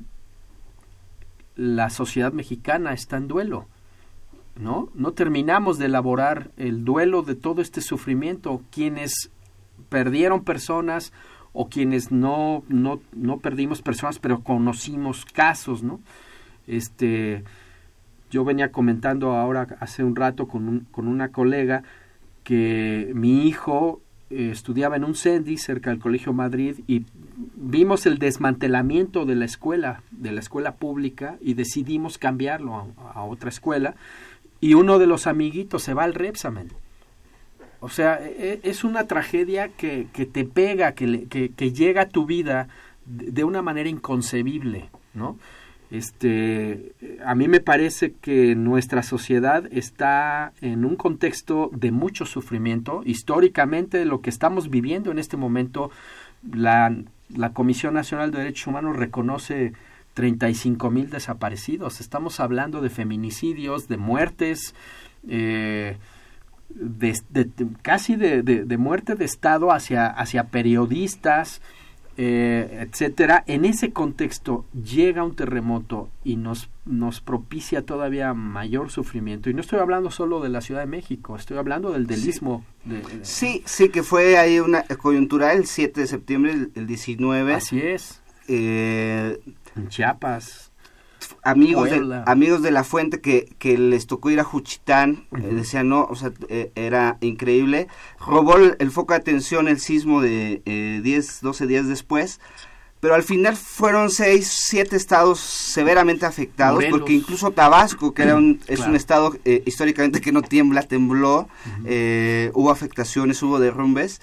la sociedad mexicana está en duelo, ¿no? No terminamos de elaborar el duelo de todo este sufrimiento. Quienes perdieron personas o quienes no, no, no perdimos personas, pero conocimos casos, ¿no? Este... Yo venía comentando ahora hace un rato con, un, con una colega que mi hijo eh, estudiaba en un CENDI cerca del Colegio Madrid y vimos el desmantelamiento de la escuela, de la escuela pública, y decidimos cambiarlo a, a otra escuela, y uno de los amiguitos se va al Repsamen. O sea, e, es una tragedia que, que te pega, que, le, que, que llega a tu vida de, de una manera inconcebible, ¿no? Este, a mí me parece que nuestra sociedad está en un contexto de mucho sufrimiento. Históricamente, lo que estamos viviendo en este momento, la, la Comisión Nacional de Derechos Humanos reconoce treinta y cinco mil desaparecidos. Estamos hablando de feminicidios, de muertes, eh, de, de, de, casi de, de, de muerte de Estado hacia, hacia periodistas, Eh, etcétera. En ese contexto llega un terremoto y nos nos propicia todavía mayor sufrimiento, y no estoy hablando solo de la Ciudad de México, estoy hablando del del istmo. Sí. De, de, sí, sí, que fue ahí una coyuntural el siete de septiembre, el, el diecinueve. Así es. Eh, en Chiapas. Amigos de, amigos de la fuente que, que les tocó ir a Juchitán, uh-huh. eh, decían no, o sea, eh, era increíble. Robó el, el foco de atención el sismo de eh, diez, doce días después, pero al final fueron seis, siete estados severamente afectados, Morelos. Porque incluso Tabasco, que era un, es claro. un estado eh, históricamente que no tiembla, tembló, uh-huh. eh, hubo afectaciones, hubo derrumbes.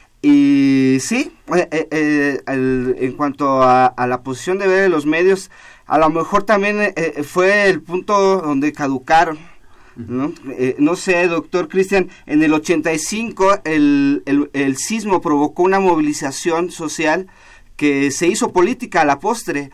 Y sí, eh, eh, el, en cuanto a, a la posición de ver de los medios, a lo mejor también eh, fue el punto donde caducaron, ¿no? Eh, no sé, doctor Cristian, en el ochenta y cinco el, el, el sismo provocó una movilización social que se hizo política a la postre,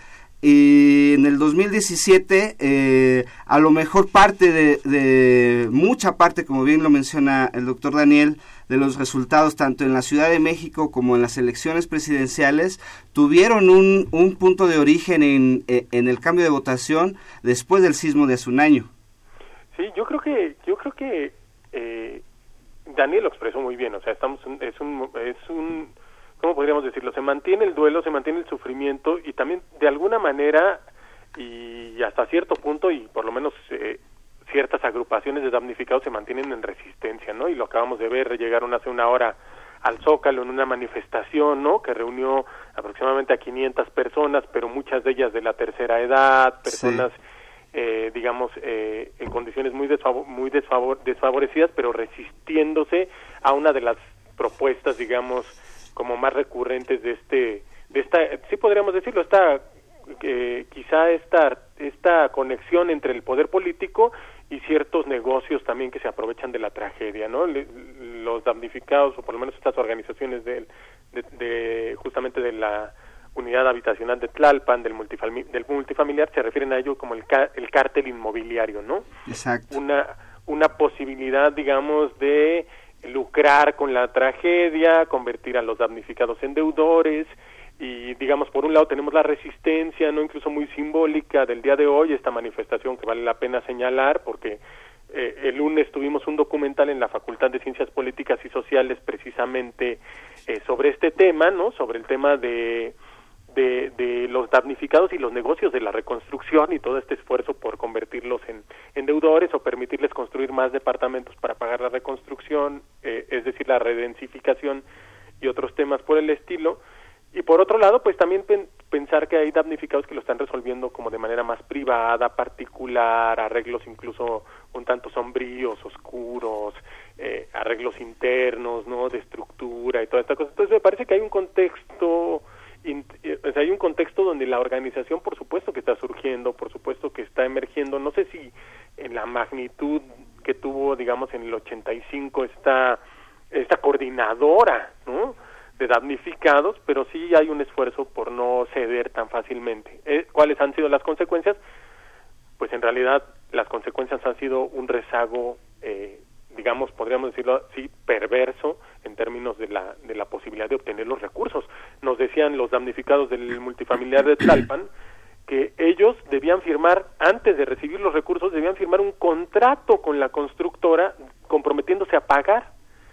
y en el dos mil diecisiete eh, a lo mejor parte de, de, mucha parte, como bien lo menciona el doctor Daniel, de los resultados tanto en la Ciudad de México como en las elecciones presidenciales tuvieron un, un punto de origen en, en el cambio de votación después del sismo de hace un año. Sí, yo creo que yo creo que eh, Daniel lo expresó muy bien. O sea, estamos es un es un ¿cómo podríamos decirlo? Se mantiene el duelo, se mantiene el sufrimiento, y también de alguna manera y hasta cierto punto, y por lo menos eh, ciertas agrupaciones de damnificados se mantienen en resistencia, ¿no? Y lo acabamos de ver, llegaron hace una hora al Zócalo en una manifestación, ¿no? Que reunió aproximadamente a quinientas personas, pero muchas de ellas de la tercera edad, personas, sí. eh, digamos, eh, en condiciones muy, desfavor- muy desfavor- desfavorecidas, pero resistiéndose a una de las propuestas, digamos, como más recurrentes de este, de esta, sí podríamos decirlo, esta, eh, quizá esta, esta conexión entre el poder político y ciertos negocios también que se aprovechan de la tragedia, ¿no? Le, los damnificados, o por lo menos estas organizaciones de, de, de justamente de la unidad habitacional de Tlalpan, del, multifami- del multifamiliar, se refieren a ello como el, ca- el cártel inmobiliario, ¿no? Exacto. Una, una posibilidad, digamos, de lucrar con la tragedia, convertir a los damnificados en deudores. Y digamos, por un lado tenemos la resistencia, no incluso muy simbólica del día de hoy, esta manifestación que vale la pena señalar, porque eh, el lunes tuvimos un documental en la Facultad de Ciencias Políticas y Sociales precisamente eh, sobre este tema, ¿no? Sobre el tema de, de, de los damnificados y los negocios de la reconstrucción y todo este esfuerzo por convertirlos en, en deudores o permitirles construir más departamentos para pagar la reconstrucción, eh, es decir, la redensificación y otros temas por el estilo. Y por otro lado, pues también pen, pensar que hay damnificados que lo están resolviendo como de manera más privada, particular, arreglos incluso un tanto sombríos, oscuros, eh, arreglos internos, ¿no? De estructura y toda esta cosa. Entonces me parece que hay un contexto, in, eh, o sea, hay un contexto donde la organización, por supuesto que está surgiendo, por supuesto que está emergiendo, no sé si en la magnitud que tuvo, digamos, en el ochenta y cinco esta, esta coordinadora, ¿no? De damnificados, pero sí hay un esfuerzo por no ceder tan fácilmente. ¿Eh? ¿Cuáles han sido las consecuencias? Pues en realidad las consecuencias han sido un rezago, eh, digamos, podríamos decirlo así, perverso en términos de la de la posibilidad de obtener los recursos. Nos decían los damnificados del multifamiliar de Tlalpan que ellos debían firmar, antes de recibir los recursos, debían firmar un contrato con la constructora comprometiéndose a pagar.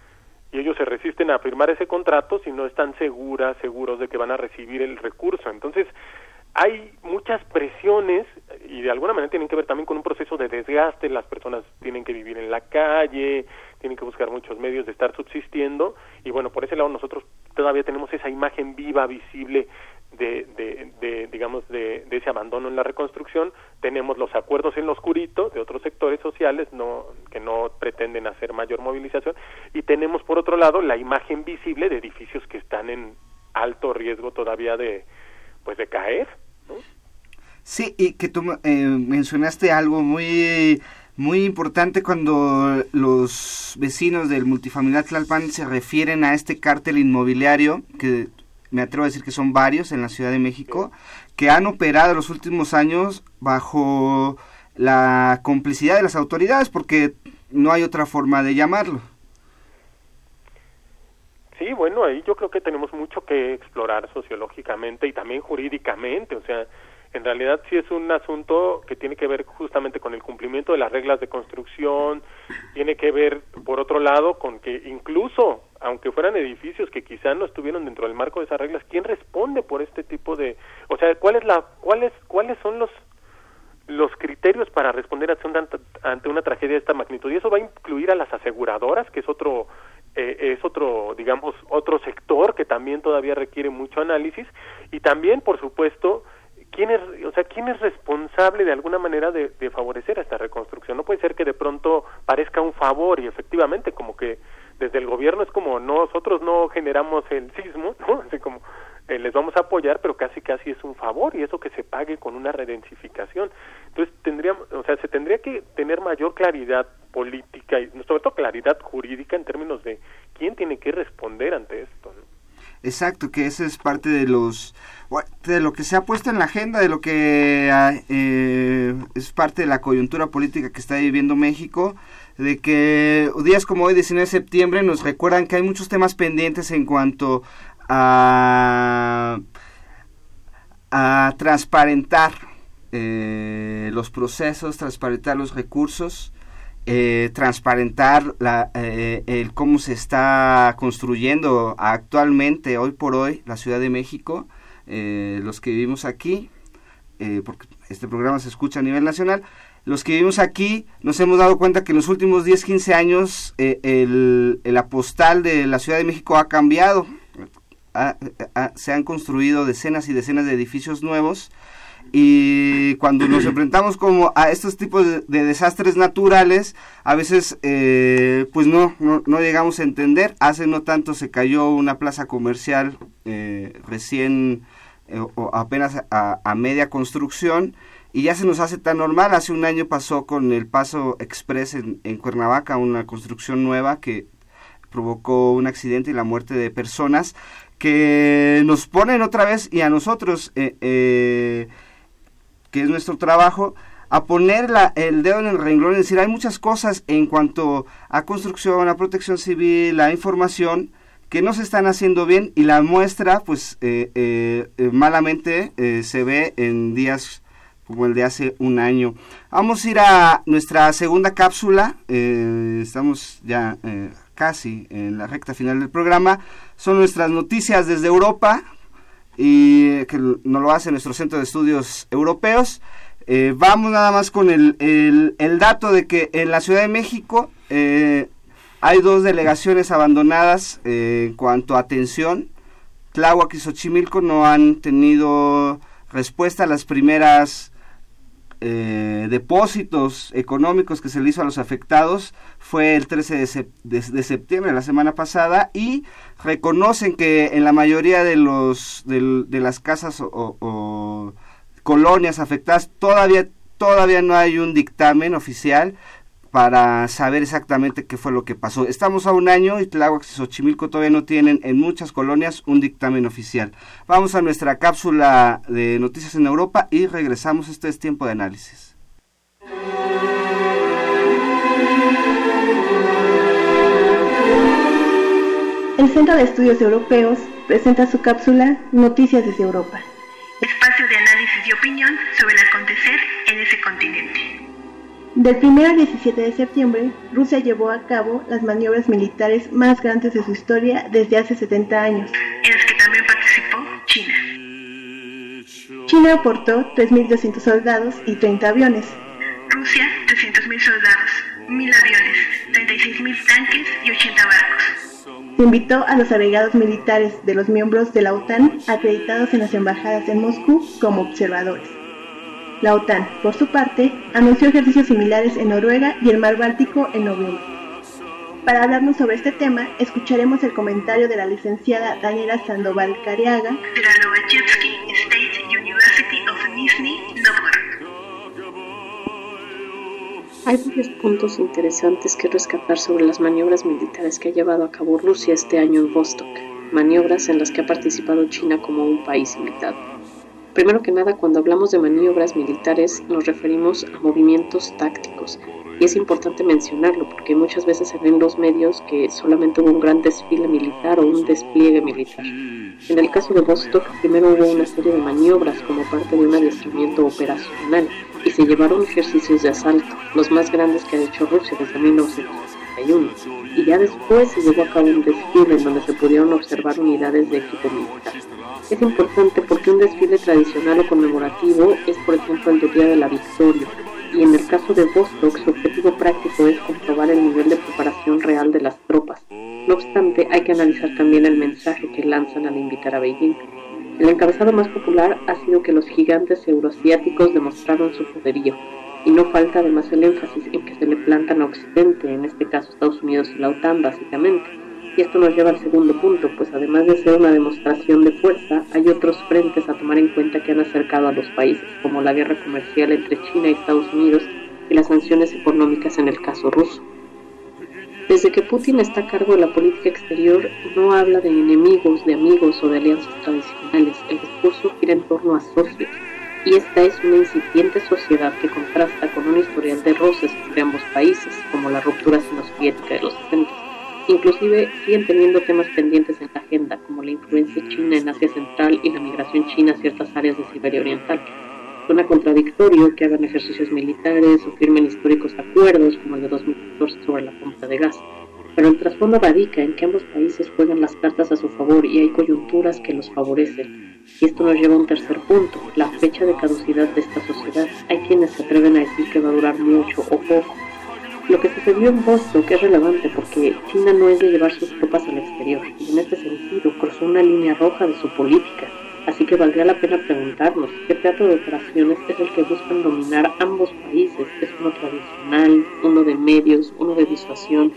Y ellos se resisten a firmar ese contrato si no están seguras, seguros de que van a recibir el recurso. Entonces, hay muchas presiones y de alguna manera tienen que ver también con un proceso de desgaste. Las personas tienen que vivir en la calle, tienen que buscar muchos medios de estar subsistiendo, y bueno, por ese lado nosotros todavía tenemos esa imagen viva, visible de, de, de digamos, de, de ese abandono en la reconstrucción. Tenemos los acuerdos en lo oscurito de otros sectores sociales no que no pretenden hacer mayor movilización, y tenemos por otro lado la imagen visible de edificios que están en alto riesgo todavía de, pues, de caer, ¿no? Sí, y que tú eh, mencionaste algo muy muy importante cuando los vecinos del multifamiliar Tlalpan se refieren a este cártel inmobiliario, que me atrevo a decir que son varios en la Ciudad de México, que han operado en los últimos años bajo la complicidad de las autoridades, porque no hay otra forma de llamarlo. Sí, bueno, ahí yo creo que tenemos mucho que explorar sociológicamente y también jurídicamente. O sea, en realidad sí es un asunto que tiene que ver justamente con el cumplimiento de las reglas de construcción, tiene que ver, por otro lado, con que incluso, aunque fueran edificios que quizá no estuvieron dentro del marco de esas reglas, ¿quién responde por este tipo de...? O sea, ¿cuál es la, cuáles, cuáles son los los criterios para responder ante una, ante una tragedia de esta magnitud? Y eso va a incluir a las aseguradoras, que es otro... Eh, es otro, digamos, otro sector que también todavía requiere mucho análisis, y también, por supuesto, quién es, o sea, quién es responsable de alguna manera de, de favorecer a esta reconstrucción. No puede ser que de pronto parezca un favor, y efectivamente, como que desde el gobierno es como nosotros no generamos el sismo, ¿no? Así como eh, les vamos a apoyar, pero casi casi es un favor, y eso que se pague con una redensificación. Entonces tendríamos, o sea, se tendría que tener mayor claridad política y sobre todo claridad jurídica en términos de quién tiene que responder ante esto, ¿no? Exacto, que esa es parte de los de lo que se ha puesto en la agenda, de lo que eh, es parte de la coyuntura política que está viviendo México, de que días como hoy, diecinueve de septiembre, nos recuerdan que hay muchos temas pendientes en cuanto a, a transparentar eh, los procesos, transparentar los recursos, Eh, transparentar la, eh, el cómo se está construyendo actualmente, hoy por hoy, la Ciudad de México. Eh, los que vivimos aquí, eh, porque este programa se escucha a nivel nacional, los que vivimos aquí nos hemos dado cuenta que en los últimos diez, quince años eh, el, la postal de la Ciudad de México ha cambiado. Ha, ha, se han construido decenas y decenas de edificios nuevos, y cuando nos enfrentamos como a estos tipos de, de desastres naturales, a veces eh, pues no, no no llegamos a entender. Hace no tanto se cayó una plaza comercial eh, recién eh, o apenas a, a media construcción, y ya se nos hace tan normal. Hace un año pasó con el Paso Express en, en Cuernavaca, una construcción nueva que provocó un accidente y la muerte de personas, que nos ponen otra vez, y a nosotros eh, eh, que es nuestro trabajo, a poner la, el dedo en el renglón y decir, hay muchas cosas en cuanto a construcción, a protección civil, a información, que no se están haciendo bien, y la muestra, pues, eh, eh, eh, malamente eh, se ve en días como el de hace un año. Vamos a ir a nuestra segunda cápsula, eh, estamos ya eh, casi en la recta final del programa. Son nuestras noticias desde Europa, y que nos lo hace nuestro Centro de Estudios Europeos. Eh, vamos nada más con el, el, el dato de que en la Ciudad de México eh, hay dos delegaciones abandonadas eh, en cuanto a atención. Tláhuac y Xochimilco no han tenido respuesta a las primeras eh, depósitos económicos que se le hizo a los afectados. Fue el trece de, sep- de, de septiembre, la semana pasada, y reconocen que en la mayoría de los de, de las casas o, o, o colonias afectadas todavía todavía no hay un dictamen oficial para saber exactamente qué fue lo que pasó. Estamos a un año y Tláhuac y Xochimilco todavía no tienen en muchas colonias un dictamen oficial. Vamos a nuestra cápsula de noticias en Europa y regresamos. Esto es Tiempo de Análisis. El Centro de Estudios Europeos presenta su cápsula Noticias desde Europa. Espacio de análisis y opinión sobre el acontecer en ese continente. Del primero al diecisiete de septiembre, Rusia llevó a cabo las maniobras militares más grandes de su historia desde hace setenta años, en las que también participó China. China aportó tres mil doscientos soldados y treinta aviones. Rusia, trescientos mil soldados, mil aviones, treinta y seis mil tanques y ochenta barcos. Se invitó a los agregados militares de los miembros de la OTAN acreditados en las embajadas en Moscú como observadores. La OTAN, por su parte, anunció ejercicios similares en Noruega y el Mar Báltico en noviembre. Para hablarnos sobre este tema, escucharemos el comentario de la licenciada Daniela Sandoval Cariaga, de la Novocherny State University of Nizhny Novgorod. Hay varios puntos interesantes que rescatar sobre las maniobras militares que ha llevado a cabo Rusia este año en Vostok, maniobras en las que ha participado China como un país invitado. Primero que nada, cuando hablamos de maniobras militares nos referimos a movimientos tácticos, y es importante mencionarlo porque muchas veces se ven en los medios que solamente hubo un gran desfile militar o un despliegue militar. En el caso de Vostok, primero hubo una serie de maniobras como parte de un adiestramiento operacional y se llevaron ejercicios de asalto, los más grandes que ha hecho Rusia desde mil novecientos sesenta y uno, y ya después se llevó a cabo un desfile en donde se pudieron observar unidades de equipo militar. Es importante porque un desfile tradicional o conmemorativo es, por ejemplo, el del Día de la Victoria, y en el caso de Vostok su objetivo práctico es comprobar el nivel de preparación real de las tropas. No obstante, hay que analizar también el mensaje que lanzan al invitar a Beijing. El encabezado más popular ha sido que los gigantes euroasiáticos demostraron su poderío, y no falta además el énfasis en que se le plantan a Occidente, en este caso Estados Unidos y la OTAN básicamente. Y esto nos lleva al segundo punto, pues además de ser una demostración de fuerza, hay otros frentes a tomar en cuenta que han acercado a los países, como la guerra comercial entre China y Estados Unidos y las sanciones económicas en el caso ruso. Desde que Putin está a cargo de la política exterior, no habla de enemigos, de amigos o de alianzas tradicionales. El discurso gira en torno a socios, y esta es una incipiente sociedad que contrasta con un historial de roces entre ambos países, como la ruptura sino-soviética de los sesenta. Inclusive siguen teniendo temas pendientes en la agenda, como la influencia china en Asia Central y la migración china a ciertas áreas de Siberia Oriental. Suena contradictorio que hagan ejercicios militares o firmen históricos acuerdos, como el de dos mil catorce sobre la compra de gas, pero el trasfondo radica en que ambos países juegan las cartas a su favor y hay coyunturas que los favorecen. Y esto nos lleva a un tercer punto, la fecha de caducidad de esta sociedad. Hay quienes se atreven a decir que va a durar mucho o poco. Lo que sucedió en Vostok es relevante porque China no es de llevar sus tropas al exterior, y en este sentido cruzó una línea roja de su política. Así que valdría la pena preguntarnos, ¿qué teatro de operaciones es el que buscan dominar ambos países? ¿Es uno tradicional, uno de medios, uno de disuasión?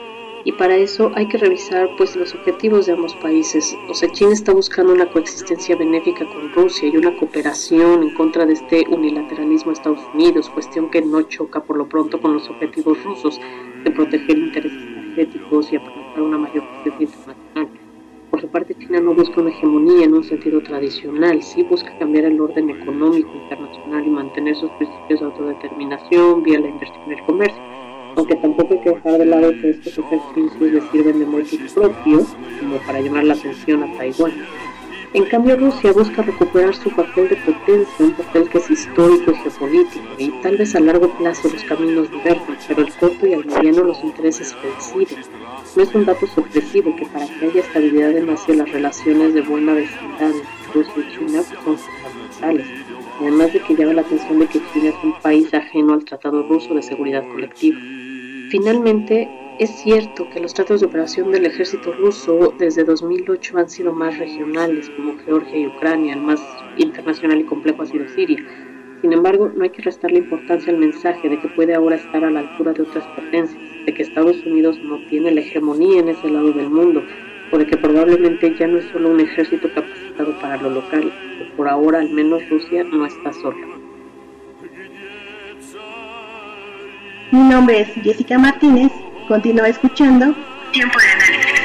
Y para eso hay que revisar pues los objetivos de ambos países. O sea, China está buscando una coexistencia benéfica con Rusia y una cooperación en contra de este unilateralismo de Estados Unidos, cuestión que no choca por lo pronto con los objetivos rusos de proteger intereses energéticos y aprovechar una mayor presencia internacional. Por su parte, China no busca una hegemonía en un sentido tradicional, sí busca cambiar el orden económico internacional y mantener sus principios de autodeterminación vía la inversión y el comercio. Aunque tampoco hay que dejar de lado que estos ejercicios les sirven de motu propio, como para llamar la atención a Taiwán. En cambio, Rusia busca recuperar su papel de potencia, un papel que es histórico y geopolítico, y tal vez a largo plazo los caminos divergen, pero al corto y al mediano los intereses coinciden. No es un dato sorpresivo que para que haya estabilidad en Asia las relaciones de buena vecindad entre Rusia y China son fundamentales. Además de que llama la atención de que China es un país ajeno al Tratado Ruso de Seguridad Colectiva. Finalmente, es cierto que los tratos de operación del ejército ruso desde dos mil ocho han sido más regionales, como Georgia y Ucrania, el más internacional y complejo ha sido Siria. Sin embargo, no hay que restarle importancia al mensaje de que puede ahora estar a la altura de otras potencias, de que Estados Unidos no tiene la hegemonía en ese lado del mundo, o de que probablemente ya no es solo un ejército capacitado para lo local, que por ahora al menos Rusia no está sola. Mi nombre es Jessica Martínez, continúa escuchando Tiempo de Análisis.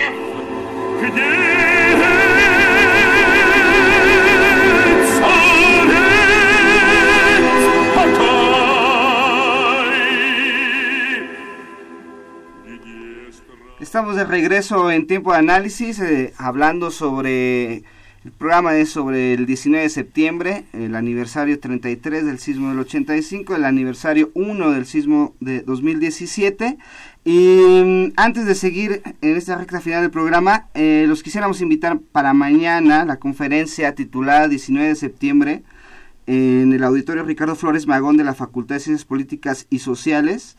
Estamos de regreso en Tiempo de Análisis, eh, hablando sobre... El programa es sobre el diecinueve de septiembre, el aniversario treinta y tres del sismo del ochenta y cinco, el aniversario uno del sismo de dos mil diecisiete. Y antes de seguir en esta recta final del programa, eh, los quisiéramos invitar para mañana la conferencia titulada diecinueve de septiembre, en el Auditorio Ricardo Flores Magón de la Facultad de Ciencias Políticas y Sociales.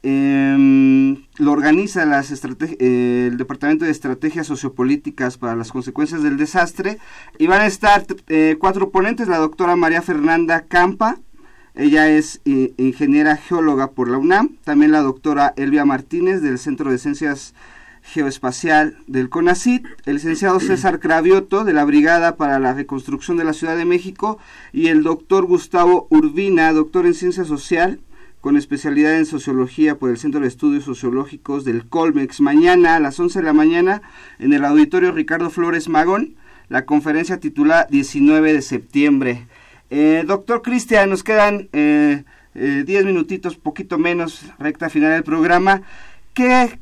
Eh, lo organiza las estrategi- eh, el Departamento de Estrategias Sociopolíticas para las Consecuencias del Desastre, y van a estar eh, cuatro ponentes: la doctora María Fernanda Campa, ella es eh, ingeniera geóloga por la UNAM, también la doctora Elvia Martínez del Centro de Ciencias Geoespacial del CONACYT, el licenciado César Cravioto de la Brigada para la Reconstrucción de la Ciudad de México, y el doctor Gustavo Urbina, doctor en Ciencia Social con especialidad en Sociología por el Centro de Estudios Sociológicos del Colmex. Mañana a las once de la mañana en el Auditorio Ricardo Flores Magón, la conferencia titulada diecinueve de septiembre. Eh, doctor Cristian, nos quedan eh, eh, diez minutitos, poquito menos, recta final del programa. ¿Qué,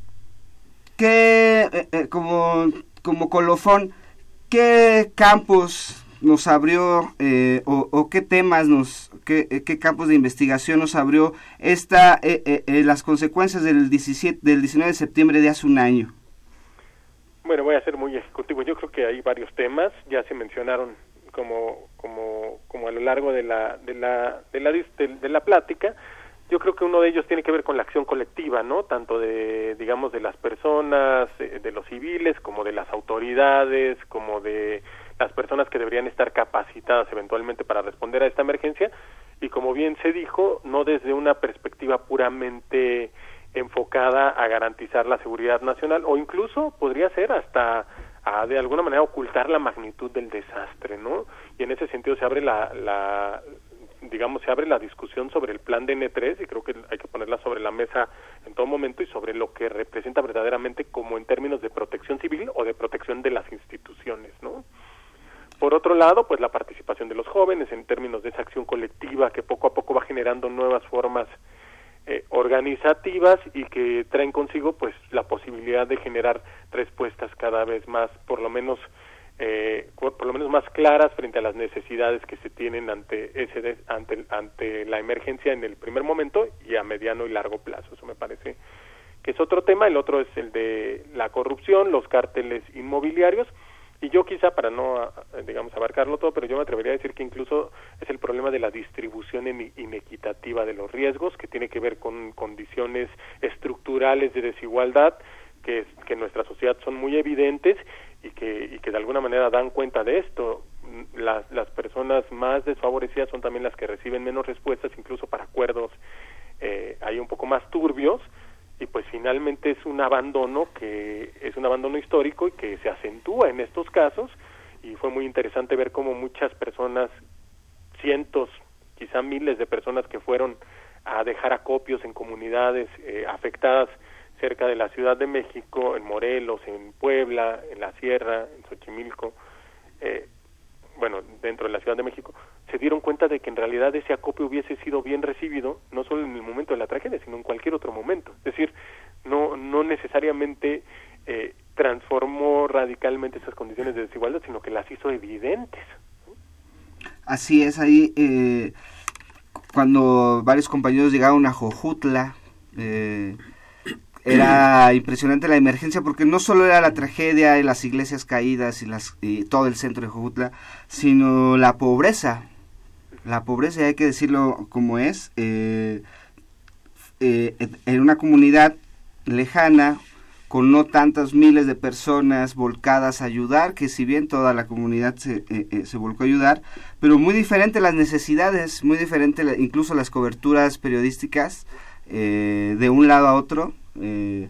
qué eh, eh, como, como colofón, qué campos nos abrió eh, o, o qué temas nos, qué, eh, qué campos de investigación nos abrió esta eh, eh, eh, las consecuencias del diecisiete, del diecinueve de septiembre de hace un año? Bueno, voy a ser muy ejecutivo. Yo creo que hay varios temas, ya se mencionaron como como como a lo largo de la de la de la de, de la plática. Yo creo que uno de ellos tiene que ver con la acción colectiva, ¿no? Tanto de, digamos, de las personas, de los civiles, como de las autoridades, como de las personas que deberían estar capacitadas eventualmente para responder a esta emergencia, y como bien se dijo, no desde una perspectiva puramente enfocada a garantizar la seguridad nacional, o incluso podría ser hasta a de alguna manera ocultar la magnitud del desastre, ¿no? Y en ese sentido se abre la, la digamos, se abre la discusión sobre el plan de N tres, y creo que hay que ponerla sobre la mesa en todo momento, y sobre lo que representa verdaderamente como en términos de protección civil o de protección de las instituciones, ¿no? Por otro lado, pues la participación de los jóvenes en términos de esa acción colectiva que poco a poco va generando nuevas formas eh, organizativas y que traen consigo pues la posibilidad de generar respuestas cada vez más, por lo menos eh, por, por lo menos más claras frente a las necesidades que se tienen ante ese de, ante ante la emergencia en el primer momento y a mediano y largo plazo. Eso me parece que es otro tema. El otro es el de la corrupción, los cárteles inmobiliarios. Y yo quizá, para no, digamos, abarcarlo todo, pero yo me atrevería a decir que incluso es el problema de la distribución inequitativa de los riesgos, que tiene que ver con condiciones estructurales de desigualdad que, que en nuestra sociedad son muy evidentes y que, y que de alguna manera dan cuenta de esto. Las, las personas más desfavorecidas son también las que reciben menos respuestas, incluso para acuerdos eh, hay un poco más turbios. Y pues finalmente es un abandono que es un abandono histórico y que se acentúa en estos casos, y fue muy interesante ver cómo muchas personas, cientos, quizá miles de personas que fueron a dejar acopios en comunidades eh, afectadas cerca de la Ciudad de México, en Morelos, en Puebla, en la Sierra, en Xochimilco, eh, bueno, dentro de la Ciudad de México, se dieron cuenta de que en realidad ese acopio hubiese sido bien recibido, no solo en el momento de la tragedia, sino en cualquier otro momento. Es decir, no no necesariamente eh, transformó radicalmente esas condiciones de desigualdad, sino que las hizo evidentes. Así es, ahí eh, cuando varios compañeros llegaron a Jojutla, eh, era impresionante la emergencia, porque no solo era la tragedia y las iglesias caídas y, las, y todo el centro de Jojutla, sino la pobreza. La pobreza, hay que decirlo como es, eh, eh, en una comunidad lejana, con no tantas miles de personas volcadas a ayudar, que si bien toda la comunidad se, eh, eh, se volcó a ayudar, pero muy diferente las necesidades, muy diferente la, incluso las coberturas periodísticas eh, de un lado a otro. Eh,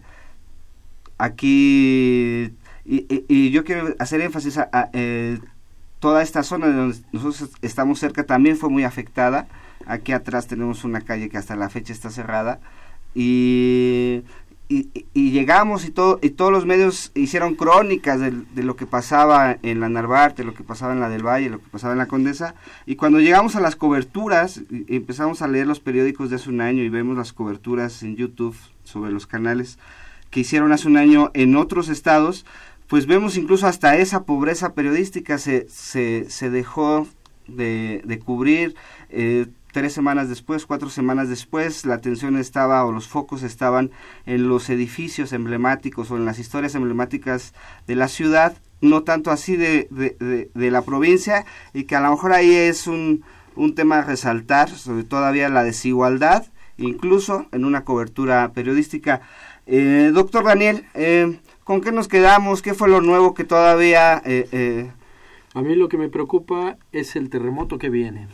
aquí y, y, y yo quiero hacer énfasis a, a eh, toda esta zona de donde nosotros estamos cerca también fue muy afectada. Aquí atrás tenemos una calle que hasta la fecha está cerrada, y y, y llegamos y todo y todos los medios hicieron crónicas de, de lo que pasaba en la Narvarte, lo que pasaba en la del Valle, lo que pasaba en la Condesa, y cuando llegamos a las coberturas y, y empezamos a leer los periódicos de hace un año y vemos las coberturas en YouTube sobre los canales que hicieron hace un año en otros estados, pues vemos incluso hasta esa pobreza periodística se se, se dejó de, de cubrir. eh, Tres semanas después, cuatro semanas después, la atención estaba, o los focos estaban en los edificios emblemáticos o en las historias emblemáticas de la ciudad, no tanto así de, de, de, de la provincia, y que a lo mejor ahí es un, un tema a resaltar, sobre todavía la desigualdad, incluso en una cobertura periodística. Eh, doctor Daniel, eh, ¿con qué nos quedamos? ¿Qué fue lo nuevo que todavía... Eh, eh... A mí lo que me preocupa es el terremoto que viene.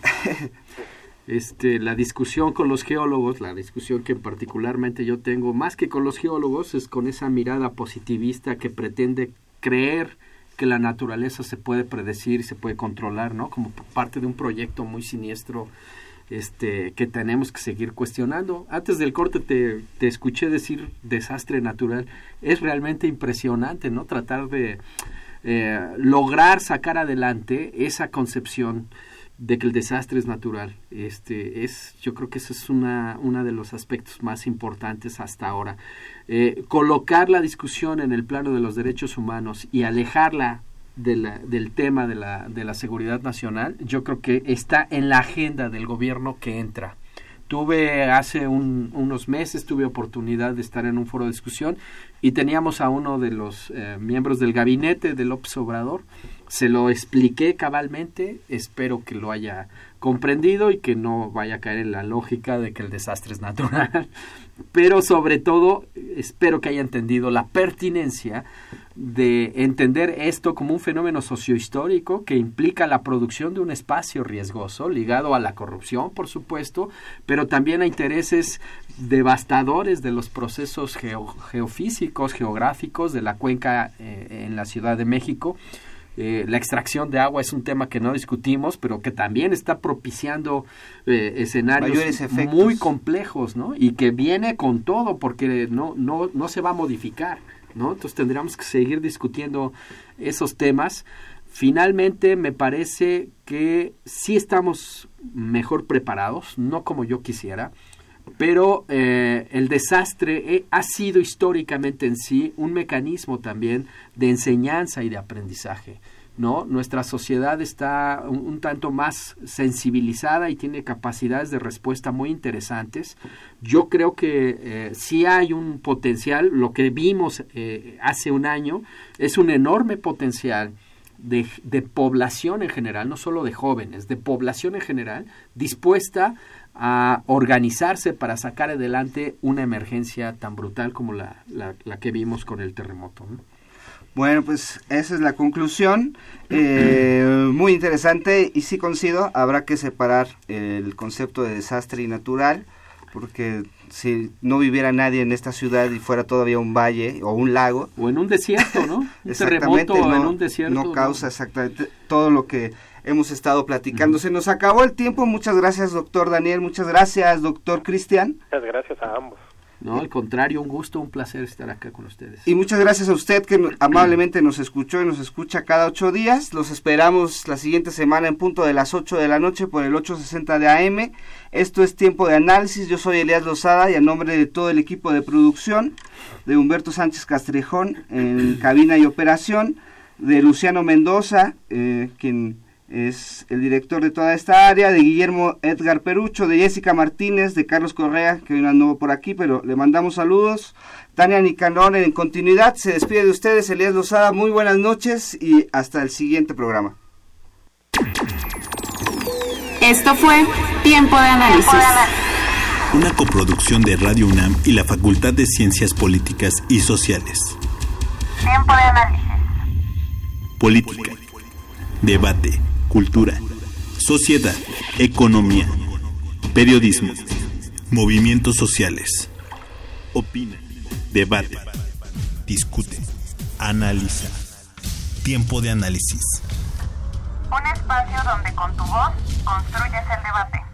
Este, la discusión con los geólogos, la discusión que particularmente yo tengo, más que con los geólogos, es con esa mirada positivista que pretende creer que la naturaleza se puede predecir y se puede controlar, ¿no? Como parte de un proyecto muy siniestro este, que tenemos que seguir cuestionando. Antes del corte te, te escuché decir desastre natural. Es realmente impresionante, ¿no? Tratar de eh, lograr sacar adelante esa concepción de que el desastre es natural. Este es, yo creo que ese es una, una de los aspectos más importantes hasta ahora. Eh, colocar la discusión en el plano de los derechos humanos y alejarla de la, del tema de la, de la seguridad nacional, yo creo que está en la agenda del gobierno que entra. Tuve hace un, unos meses, tuve oportunidad de estar en un foro de discusión y teníamos a uno de los eh, miembros del gabinete de López Obrador. Se lo expliqué cabalmente, espero que lo haya comprendido y que no vaya a caer en la lógica de que el desastre es natural, pero sobre todo espero que haya entendido la pertinencia de entender esto como un fenómeno sociohistórico que implica la producción de un espacio riesgoso ligado a la corrupción, por supuesto, pero también a intereses devastadores de los procesos geo, geofísicos, geográficos de la cuenca eh, en la Ciudad de México. Eh, la extracción de agua es un tema que no discutimos, pero que también está propiciando eh, escenarios muy complejos, ¿no? Y que viene con todo porque no, no, no se va a modificar, ¿no? Entonces tendríamos que seguir discutiendo esos temas. Finalmente me parece que sí estamos mejor preparados, no como yo quisiera, pero eh, el desastre eh, ha sido históricamente en sí un mecanismo también de enseñanza y de aprendizaje, ¿no? Nuestra sociedad está un, un tanto más sensibilizada y tiene capacidades de respuesta muy interesantes. Yo creo que eh, sí hay un potencial, lo que vimos eh, hace un año es un enorme potencial de, de población en general, no solo de jóvenes, de población en general, dispuesta a organizarse para sacar adelante una emergencia tan brutal como la, la, la que vimos con el terremoto, ¿no? Bueno, pues esa es la conclusión, eh, muy interesante y sí coincido, habrá que separar el concepto de desastre y natural, porque si no viviera nadie en esta ciudad y fuera todavía un valle o un lago. O en un desierto, ¿no? Un terremoto no, en un desierto. No causa ¿no? exactamente todo lo que hemos estado platicando. Uh-huh. Se nos acabó el tiempo. Muchas gracias, doctor Daniel. Muchas gracias, doctor Cristian. Muchas gracias a ambos. No, al contrario, un gusto, un placer estar acá con ustedes. Y muchas gracias a usted que amablemente nos escuchó y nos escucha cada ocho días. Los esperamos la siguiente semana en punto de las ocho de la noche por el ochocientos sesenta de A M. Esto es Tiempo de Análisis. Yo soy Elías Lozada y a nombre de todo el equipo de producción, de Humberto Sánchez Castrejón en cabina y operación, de Luciano Mendoza, eh, quien es el director de toda esta área, de Guillermo Edgar Perucho, de Jessica Martínez, de Carlos Correa, que hoy no anduvo por aquí, pero le mandamos saludos. Tania Nicanor en continuidad, se despide de ustedes, Elías Lozada, muy buenas noches y hasta el siguiente programa. Esto fue Tiempo de Análisis. Una coproducción de Radio UNAM y la Facultad de Ciencias Políticas y Sociales. Tiempo de Análisis. Política, debate, cultura, sociedad, economía, periodismo, movimientos sociales. Opina, debate, discute, analiza. Tiempo de Análisis. Un espacio donde con tu voz construyes el debate.